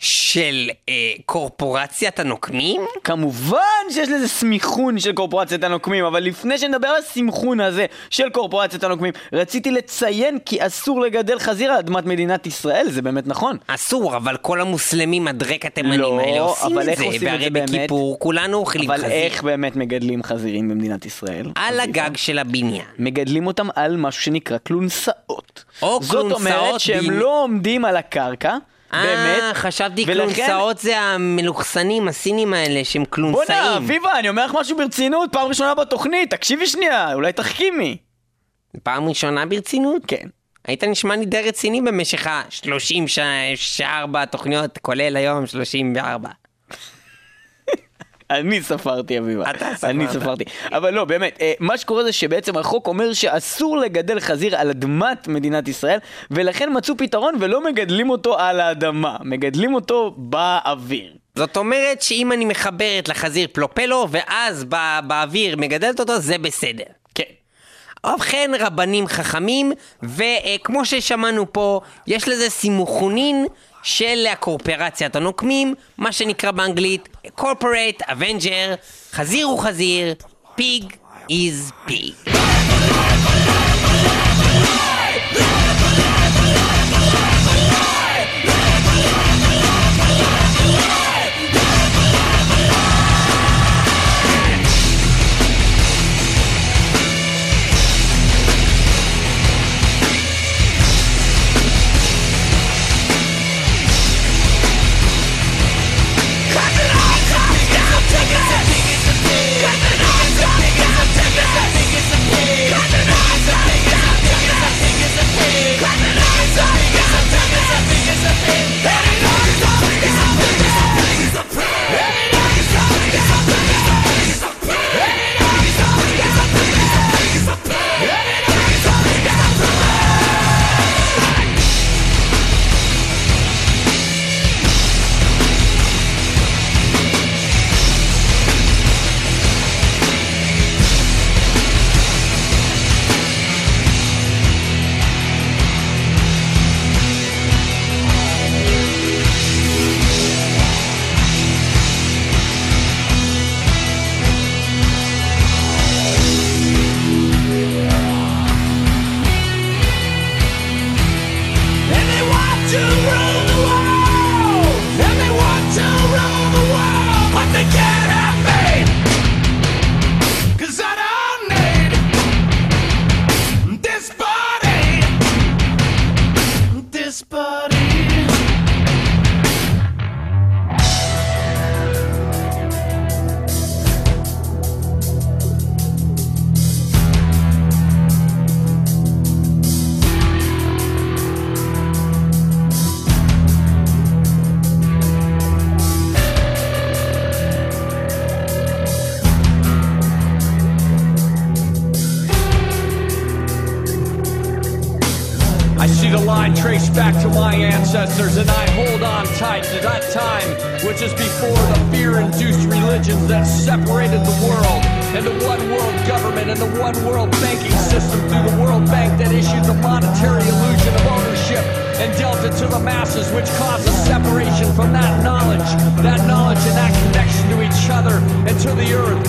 של אה, קורפורציית הנוקמים? כמובן שיש לזה סמיכון של קורפורציית הנוקמים, אבל לפני שנדבר על הסמיכון הזה של קורפורציית הנוקמים, רציתי לציין כי אסור לגדל חזיר על אדמת מדינת ישראל, זה באמת נכון. אסור, אבל כל המוסלמים הדרק התימנים לא, האלה עושים אבל את איך זה, עושים את והרי זה באמת? בכיפור כולנו אוכלים אבל חזיר. איך באמת מגדלים חזירים במדינת ישראל? על אביבה? הגג של הבניין. מגדלים אותם על משהו שנקרא קלונסאות. או זאת קלונסאות אומרת שהם בין- לא עומדים על הקרקע, באמת. אה, חשבתי ולכן- קלונסאות זה המלוכסנים, הסינים האלה, שהם קלונסאים. בוא'נה, אביבה, אני אומר לך משהו ברצינות, פעם ראשונה בתוכנית, תקשיבי שנייה, אולי תחכימי. פעם ראשונה ברצינות? כן. היית נשמע לי די רציני במשך ה-שלושים שעה בתוכניות, כולל היום שלושים וארבע. אני ספרתי, אביבה. אתה ספרת. אני ספרתי. אבל לא, באמת, אה, מה שקורה זה שבעצם החוק אומר שאסור לגדל חזיר על אדמת מדינת ישראל, ולכן מצאו פתרון ולא מגדלים אותו על האדמה, מגדלים אותו באוויר. זאת אומרת שאם אני מחברת לחזיר פלופלו, ואז בא, באוויר מגדלת אותו, זה בסדר. כן. ובכן רבנים חכמים, וכמו ששמענו פה, יש לזה סימוכונין של הקורפורציית הנוקמים, מה שנקרא באנגלית Corporate Avenger, חזיר הוא חזיר, pig is pig. see the line traced back to my ancestors, and I hold on tight to that time, which is before the fear-induced religions that separated the world, and the one-world government and the one-world banking system through the World Bank that issued the monetary illusion of ownership and dealt it to the masses, which caused a separation from that knowledge, that knowledge and that connection to each other and to the earth.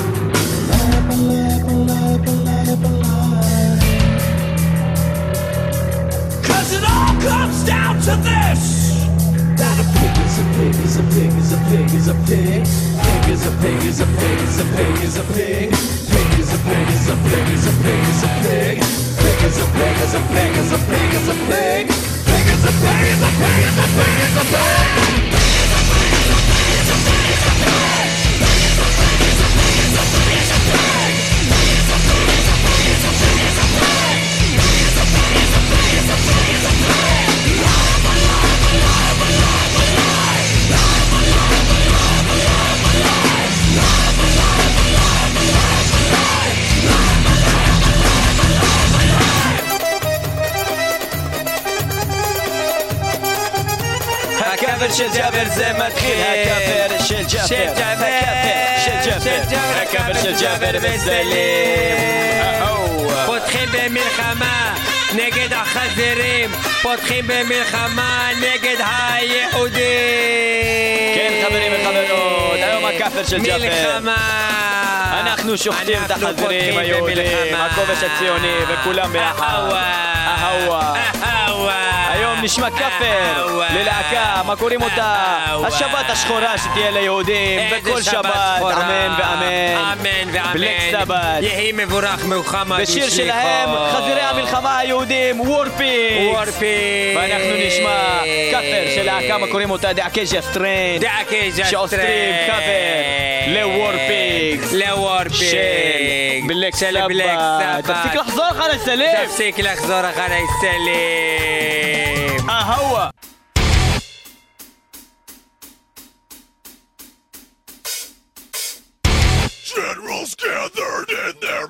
Cause it all comes down to this, that a pig is a pig is a pig is a pig is a pig. Pig is a pig is a pig is a pig is a pig. Pig is a pig is a pig is a pig is a pig. Pig is a pig is a pig is a pig is a pig. Pig is a pig is a pig is a pig is a pig. הכפר של ג'אבר זה מתחיל, הכפר של ג'אבר, הכפר של ג'אבר, הכפר של ג'אבר מסתלים. פותחים במלחמה נגד החזירים, פותחים במלחמה נגד היהודים. כן חברים וחברות, היום הכפר של ג'אבר. מלחמה. אנחנו שוחטים את החזירים היהודים, הכובש הציוני וכולם ביחד. אהווה. היום נשמע כפר ללהקה, מה קוראים אותה? השבת השחורה שתהיה ליהודים בכל שבת, אמן ואמן. אמן ואמן. בלק סבת. יהי מבורך מוחמד בשיר שלהם, חזירי המלחמה היהודים, וורפיק. וורפיק. ואנחנו נשמע כפר של להקה, מה קוראים אותה? דעקג'ה סטרנד. דעקג'ה סטרנד. שעושים כפר לוורפיק. לוורפיק. של בלק סבת. תפסיק לחזור אחרי סלים. תפסיק לחזור אחרי סלים. אהווה. Generals gathered in their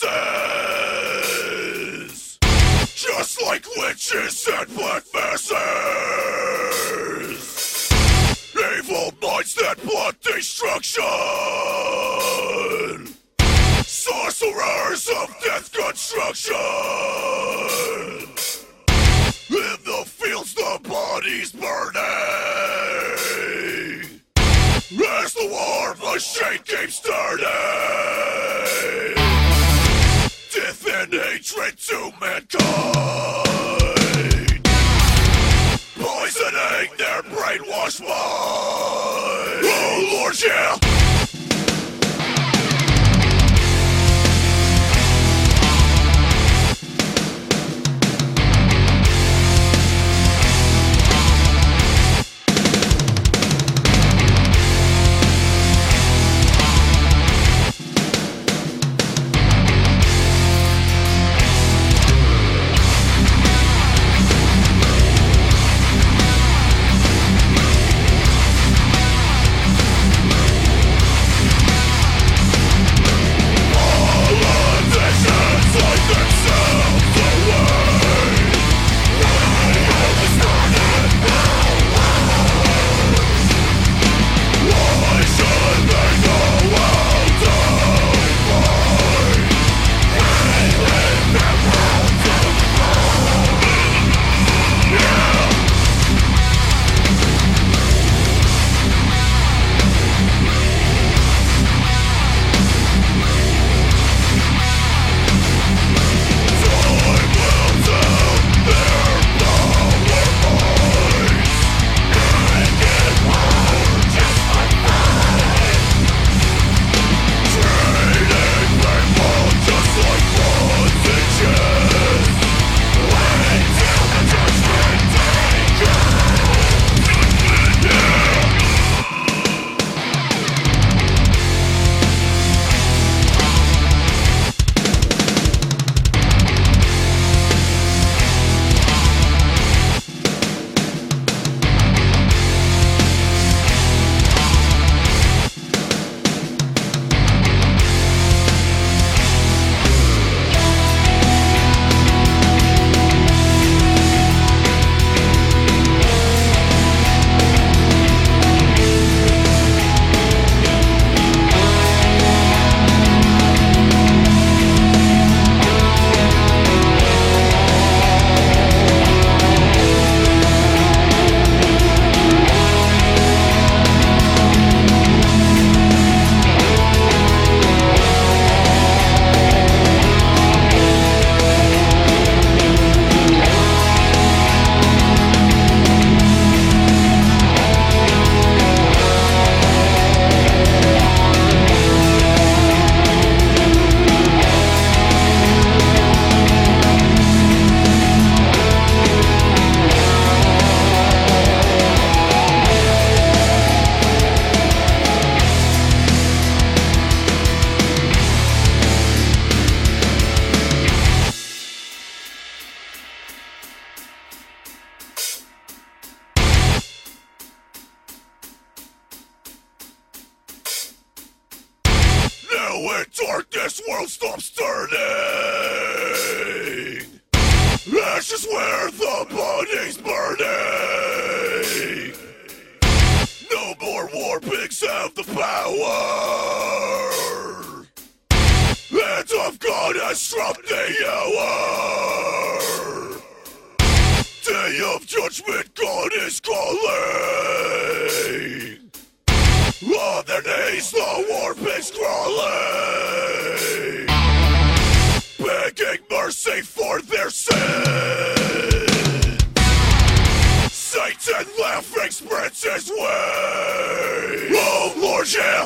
masses, just like witches and black masses. Evil minds that plot destruction, sorcerers of death construction. In the fields the bodies burning, as the war machine keeps turning. Death and hatred to mankind, poisoning their brainwashed minds. Oh Lord, yeah. in darkness, world stops turning. Ashes where the body's burning. No more war pigs have the power. Hand of God has struck the hour. Day of judgment, God is calling. On their knees, the war pigs crawling, begging mercy for their sin. Satan laughing spreads his way. Oh Lord, yeah.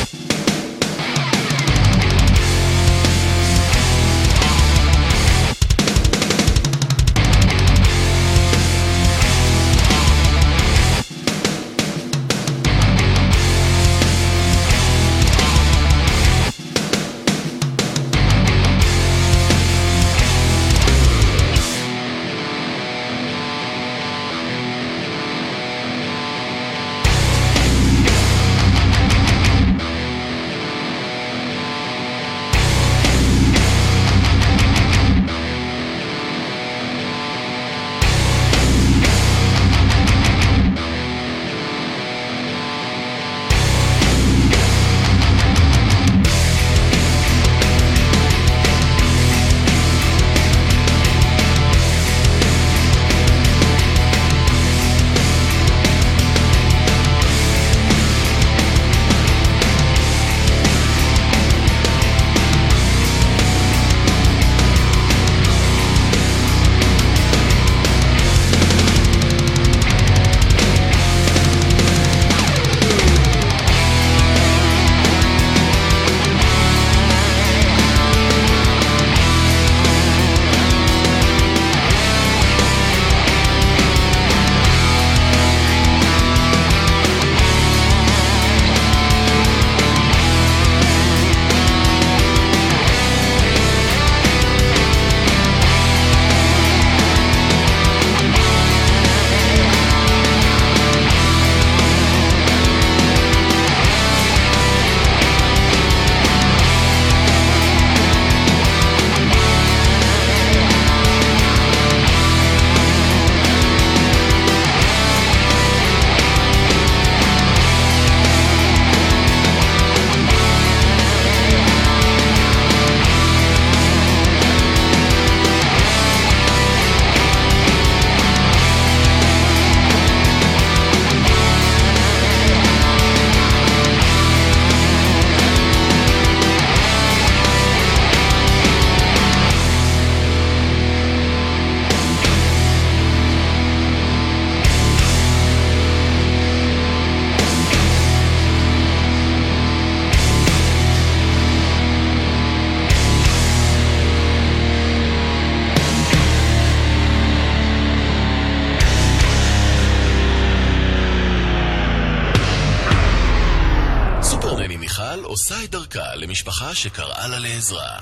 עושה את דרכה למשפחה שקראה לה לעזרה.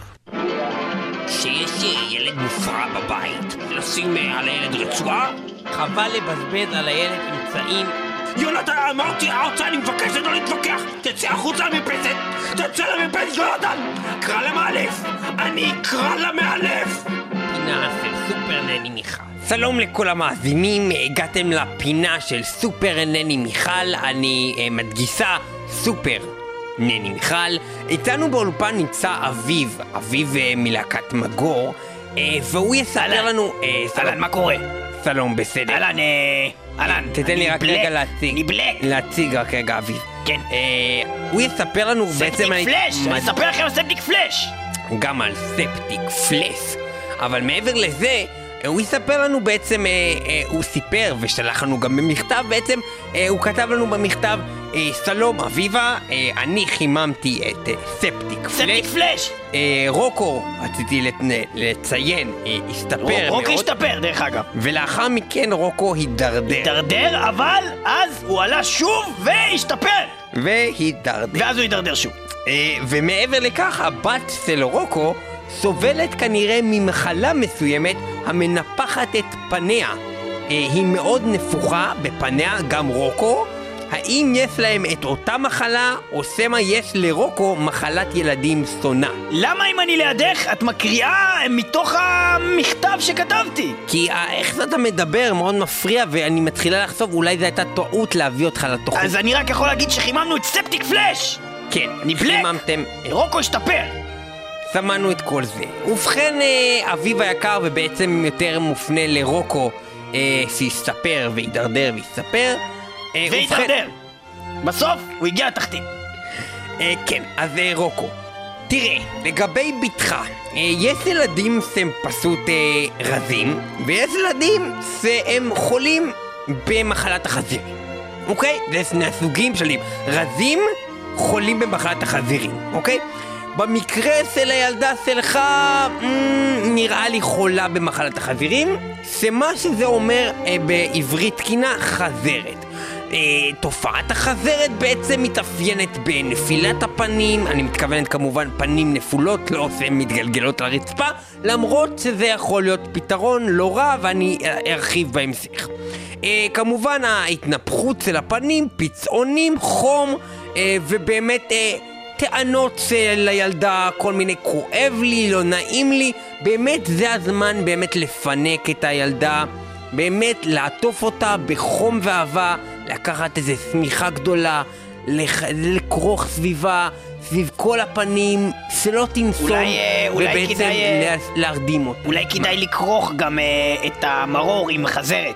שיש ילד מופרע בבית, לשים על הילד רצועה? חבל לבזבז על הילד אמצעים. יונתן, אמרתי, ארצה, אני מבקש לא להתווכח. תצא החוצה למרפסת, תצא למרפסת, יונתן! קרא למאלף, אני אקרא למאלף! פינה של סופר נני מיכל. שלום לכל המאזינים, הגעתם לפינה של סופר נני מיכל. אני uh, מדגיסה סופר נני מיכל. איתנו באולפן נמצא אביב, אביב uh, מלהקת מגור, uh, והוא יספר לנו... אהלן, מה קורה? שלום, בסדר. אהלן, אהלן. תתן לי רק רגע להציג. אני בלק. להציג רק רגע, אביב. כן. הוא יספר לנו בעצם... ספטיק פלש! אני אספר לכם על ספטיק פלש! גם על ספטיק פלש. אבל מעבר לזה, הוא יספר לנו בעצם, הוא סיפר ושלח לנו גם במכתב, בעצם הוא כתב לנו במכתב, שלום אביבה, אני חיממתי את ספטיק פלש. ספטיק פלש! רוקו, רציתי לציין, הסתפר מאוד. רוקו הסתפר, דרך אגב. ולאחר מכן רוקו הידרדר. הידרדר, אבל אז הוא עלה שוב והשתפר. והידרדר. ואז הוא הידרדר שוב. ומעבר לכך, הבת של רוקו סובלת כנראה ממחלה מסוימת המנפחת את פניה. היא מאוד נפוחה בפניה, גם רוקו, האם יש להם את אותה מחלה, או שמה יש לרוקו מחלת ילדים שונה? למה אם אני לידך, את מקריאה מתוך המכתב שכתבתי? כי איך אתה מדבר מאוד מפריע, ואני מתחילה לחשוב, אולי זו הייתה טעות להביא אותך לתוכנית. אז אני רק יכול להגיד שחיממנו את ספטיק פלאש! כן, אני בלק! חיממתם. רוקו השתפר! שמענו את כל זה. ובכן, אביב היקר, ובעצם יותר מופנה לרוקו, אה, שיסתפר וידרדר ויסתפר. אה, וידרדר! ובכן... בסוף הוא הגיע לתחתית. אה, כן, אז אה, רוקו, תראה, לגבי ביתך, אה, יש ילדים שהם פשוט אה, רזים, ויש ילדים שהם חולים במחלת החזירים. אוקיי? זה שני הסוגים שלי. רזים חולים במחלת החזירים, אוקיי? במקרה של הילדה שלך, נראה לי חולה במחלת החזירים, שמה שזה אומר אה, בעברית תקינה, חזרת. אה, תופעת החזרת בעצם מתאפיינת בנפילת הפנים, אני מתכוונת כמובן פנים נפולות, לא עושה מתגלגלות לרצפה, למרות שזה יכול להיות פתרון לא רע, ואני ארחיב בהמשך. אה, כמובן ההתנפחות של הפנים, פצעונים, חום, אה, ובאמת... אה, טענות של הילדה, כל מיני כואב לי, לא נעים לי, באמת זה הזמן באמת לפנק את הילדה, באמת לעטוף אותה בחום ואהבה, לקחת איזו סמיכה גדולה, לח... לקרוך סביבה, סביב כל הפנים, שלא תנסום, אולי, אולי ובעצם כדאי, לה... להרדים אותה. אולי כדאי מה? לקרוך גם uh, את המרור עם חזרת.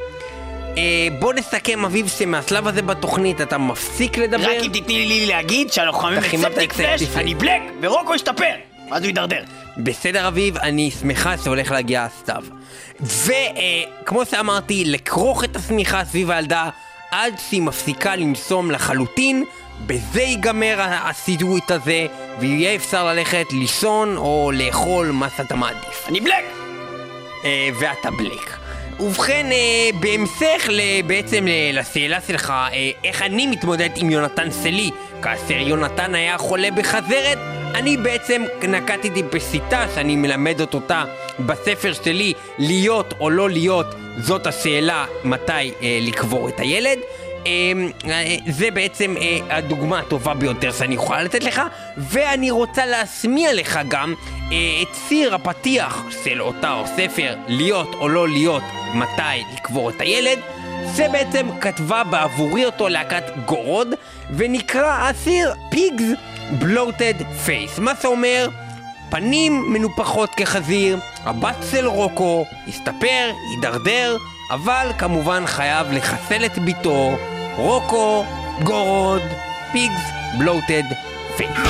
Uh, בוא נסכם אביב שמהשלב הזה בתוכנית אתה מפסיק לדבר. רק אם תתני לי להגיד שאנחנו חייבים את ספטיק פלאש, אני בלק ורוקו השתפר, אז הוא ידרדר. בסדר אביב, אני שמחה שהולך להגיע הסתיו. וכמו uh, שאמרתי, לקרוך את הסמיכה סביב הילדה עד שהיא מפסיקה לנסום לחלוטין. בזה ייגמר הסידורית הזה, ויהיה אפשר ללכת לישון או לאכול מה שאתה מעדיף. אני בלק! uh, ואתה בלק. ובכן, אה, בהמשך בעצם לשאלה שלך, אה, איך אני מתמודד עם יונתן שלי, כאשר יונתן היה חולה בחזרת, אני בעצם נקטתי בשיטה שאני מלמד אותה בספר שלי, להיות או לא להיות, זאת השאלה מתי אה, לקבור את הילד. אה, אה, זה בעצם אה, הדוגמה הטובה ביותר שאני יכולה לתת לך, ואני רוצה להשמיע לך גם אה, את סיר הפתיח של אותה ספר, להיות או לא להיות, מתי לקבור את הילד. זה בעצם כתבה בעבורי אותו להקת גורוד, ונקרא הסיר Pigs Bloated Face. מה זה אומר? פנים מנופחות כחזיר, הבת של רוקו, יסתפר, ידרדר, אבל כמובן חייב לחסל את ביתו, רוקו, גורוד, Pigs Bloated Face.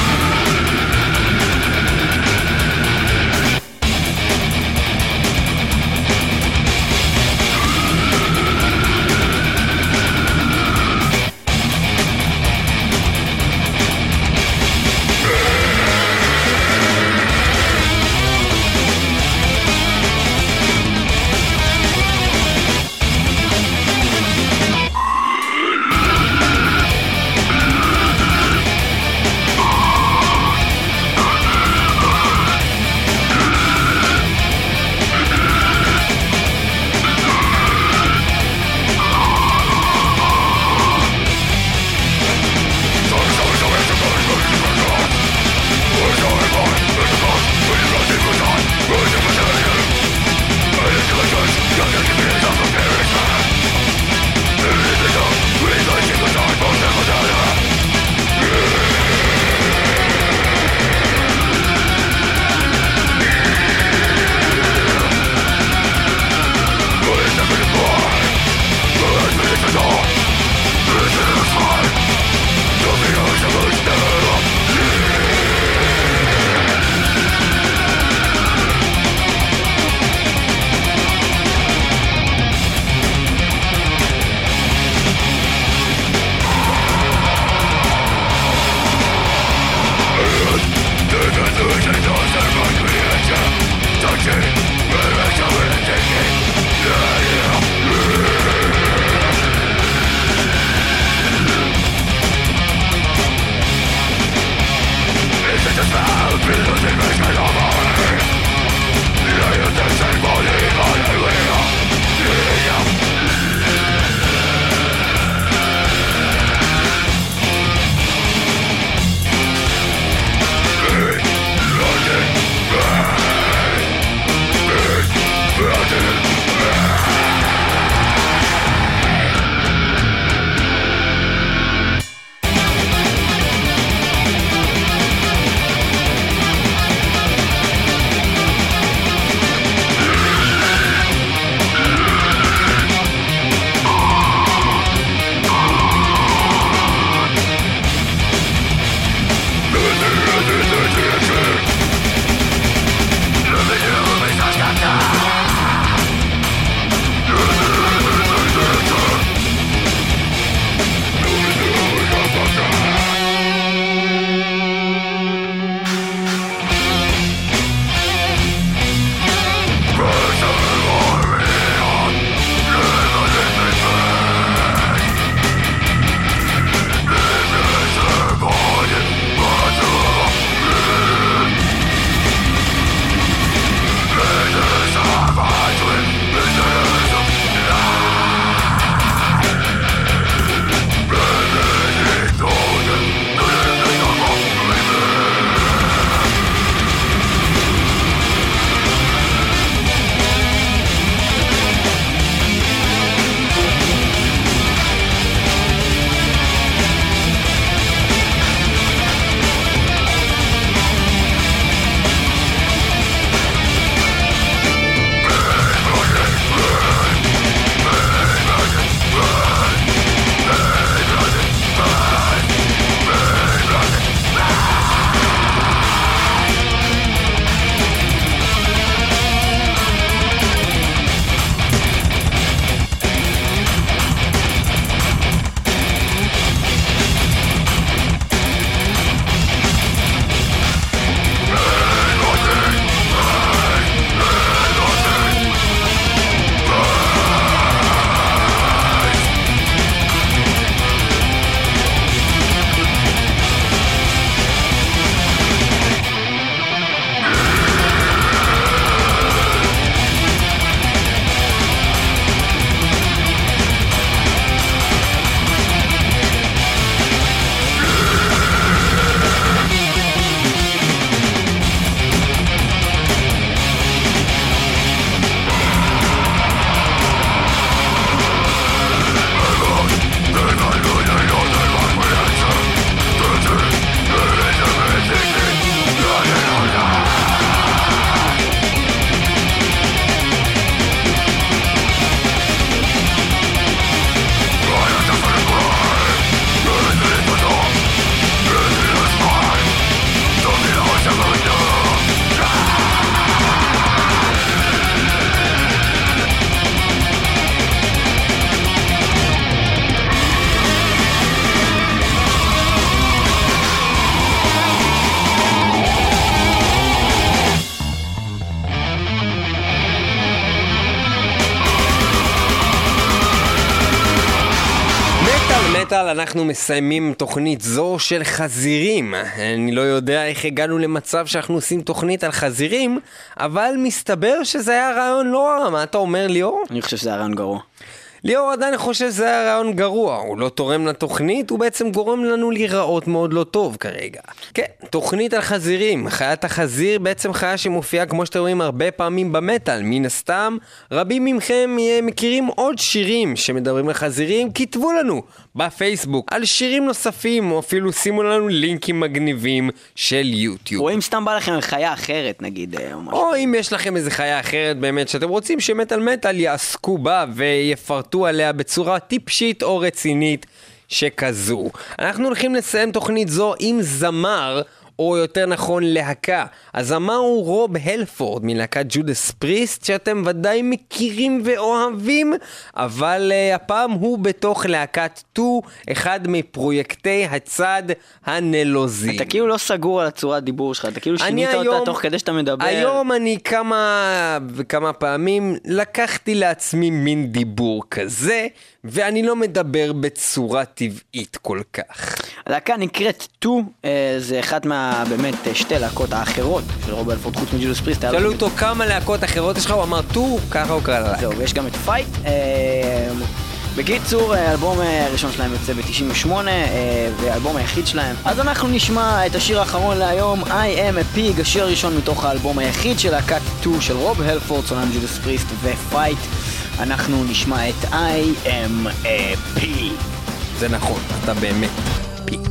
מטל אנחנו מסיימים תוכנית זו של חזירים. אני לא יודע איך הגענו למצב שאנחנו עושים תוכנית על חזירים, אבל מסתבר שזה היה רעיון לא רע. מה אתה אומר, ליאור? אני חושב שזה היה רעיון גרוע. ליאור עדיין חושב שזה היה רעיון גרוע, הוא לא תורם לתוכנית, הוא בעצם גורם לנו להיראות מאוד לא טוב כרגע. כן, תוכנית על חזירים. חיית החזיר בעצם חיה שמופיעה כמו שאתם רואים הרבה פעמים במטל. מן הסתם, רבים מכם מכירים עוד שירים שמדברים על חזירים, כתבו לנו בפייסבוק על שירים נוספים, או אפילו שימו לנו לינקים מגניבים של יוטיוב. או אם סתם בא לכם חיה אחרת נגיד. או, או אם יש לכם איזה חיה אחרת באמת שאתם רוצים שמטל מטל יעסקו בה ויפרטו עליה בצורה טיפשית או רצינית שכזו. אנחנו הולכים לסיים תוכנית זו עם זמר, או יותר נכון להקה. הזמר הוא רוב הלפורד מלהקת ג'ודס פריסט, שאתם ודאי מכירים ואוהבים, אבל uh, הפעם הוא בתוך להקת טו, אחד מפרויקטי הצד הנלוזים. אתה כאילו לא סגור על הצורת דיבור שלך, אתה כאילו שינית היום, אותה תוך כדי שאתה מדבר. היום אני כמה וכמה פעמים לקחתי לעצמי מין דיבור כזה, ואני לא מדבר בצורה טבעית כל כך. הלהקה נקראת טו, זה אחת מה באמת שתי להקות האחרות של רוב הלפורד חוץ מג'ודס פריסט. שאלו אותו כמה להקות אחרות יש לך, הוא אמר טו, ככה הוא קרא ללהקה. זהו, ויש גם את פייט. בקיצור, האלבום הראשון שלהם יוצא ב-תשעים ושמונה, והאלבום היחיד שלהם. אז אנחנו נשמע את השיר האחרון להיום, I am a pig, השיר הראשון מתוך האלבום היחיד של להקת טו של רוב הלפורד, סולן ג'ודס פריסט ופייט. אנחנו נשמע את I am a pig. זה נכון, אתה באמת פיג.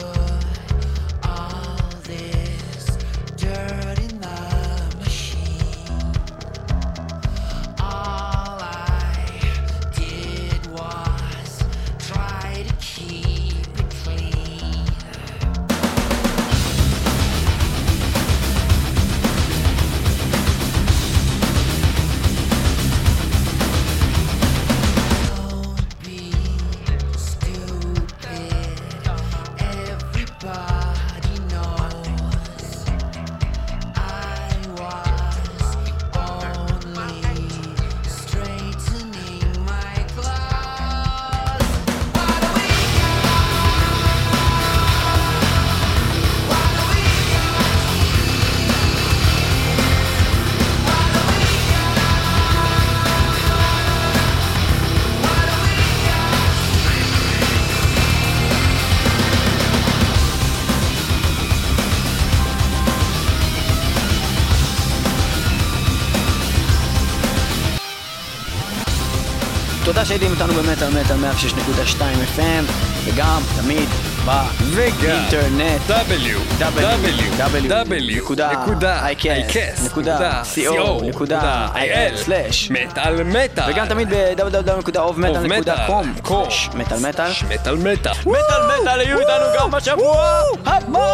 תודה שהייתם איתנו במטל מטל מאה ושש נקודה שתיים אף אם, וגם תמיד באינטרנט דאבליו דאבליו דאבליו נקודה אייקאסט נקודה סי או נקודה איי אל סלש מטל מטל, וגם תמיד ב-דאבליו דאבליו דאבליו נקודה אוב מטל נקודה קום מטל מטל מטל מטל מטל מטל. יהיו איתנו גם בשבוע הבא.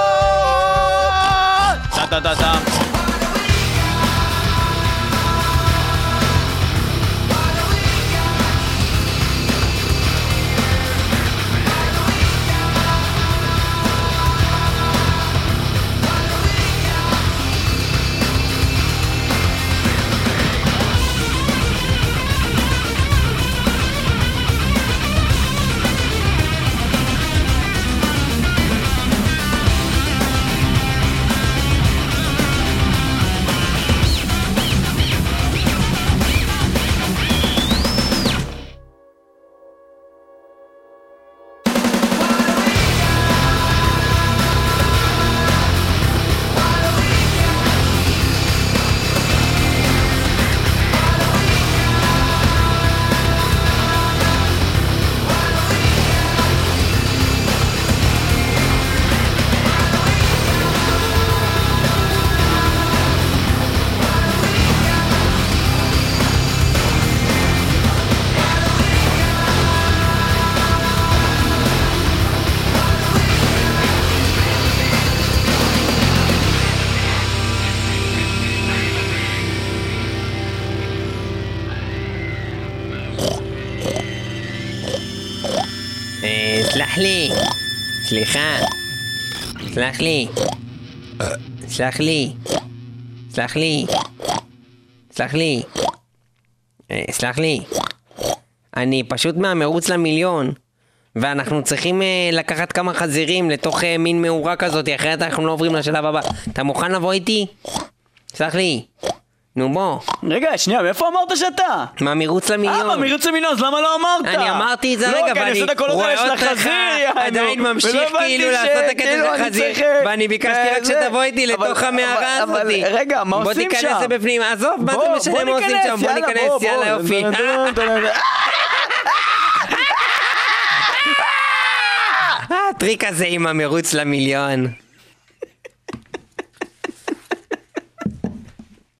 טה טה טה טה. סלח לי, סליחה, סלח לי, סלח לי, סלח לי, סלח לי, סלח לי, אני פשוט מהמרוץ למיליון, ואנחנו צריכים uh, לקחת כמה חזירים לתוך uh, מין מאורה כזאת, אחרת אנחנו לא עוברים לשלב הבא. אתה מוכן לבוא איתי? סלח לי. נו בוא. רגע, שנייה, מאיפה אמרת שאתה? מה, מרוץ למיליון? אה, מה, מרוץ למיליון, אז למה לא אמרת? אני אמרתי את זה רגע, ואני רואה אותך עדיין ממשיך כאילו לעשות את הקטע של החזיר, ואני ביקשתי רק שתבוא איתי לתוך המערה הזאת. אבל רגע, מה עושים שם? בוא תיכנס בפנים, עזוב, מה זה משנה מה עושים שם? בוא ניכנס, יאללה יופי. הטריק הזה עם המרוץ למיליון.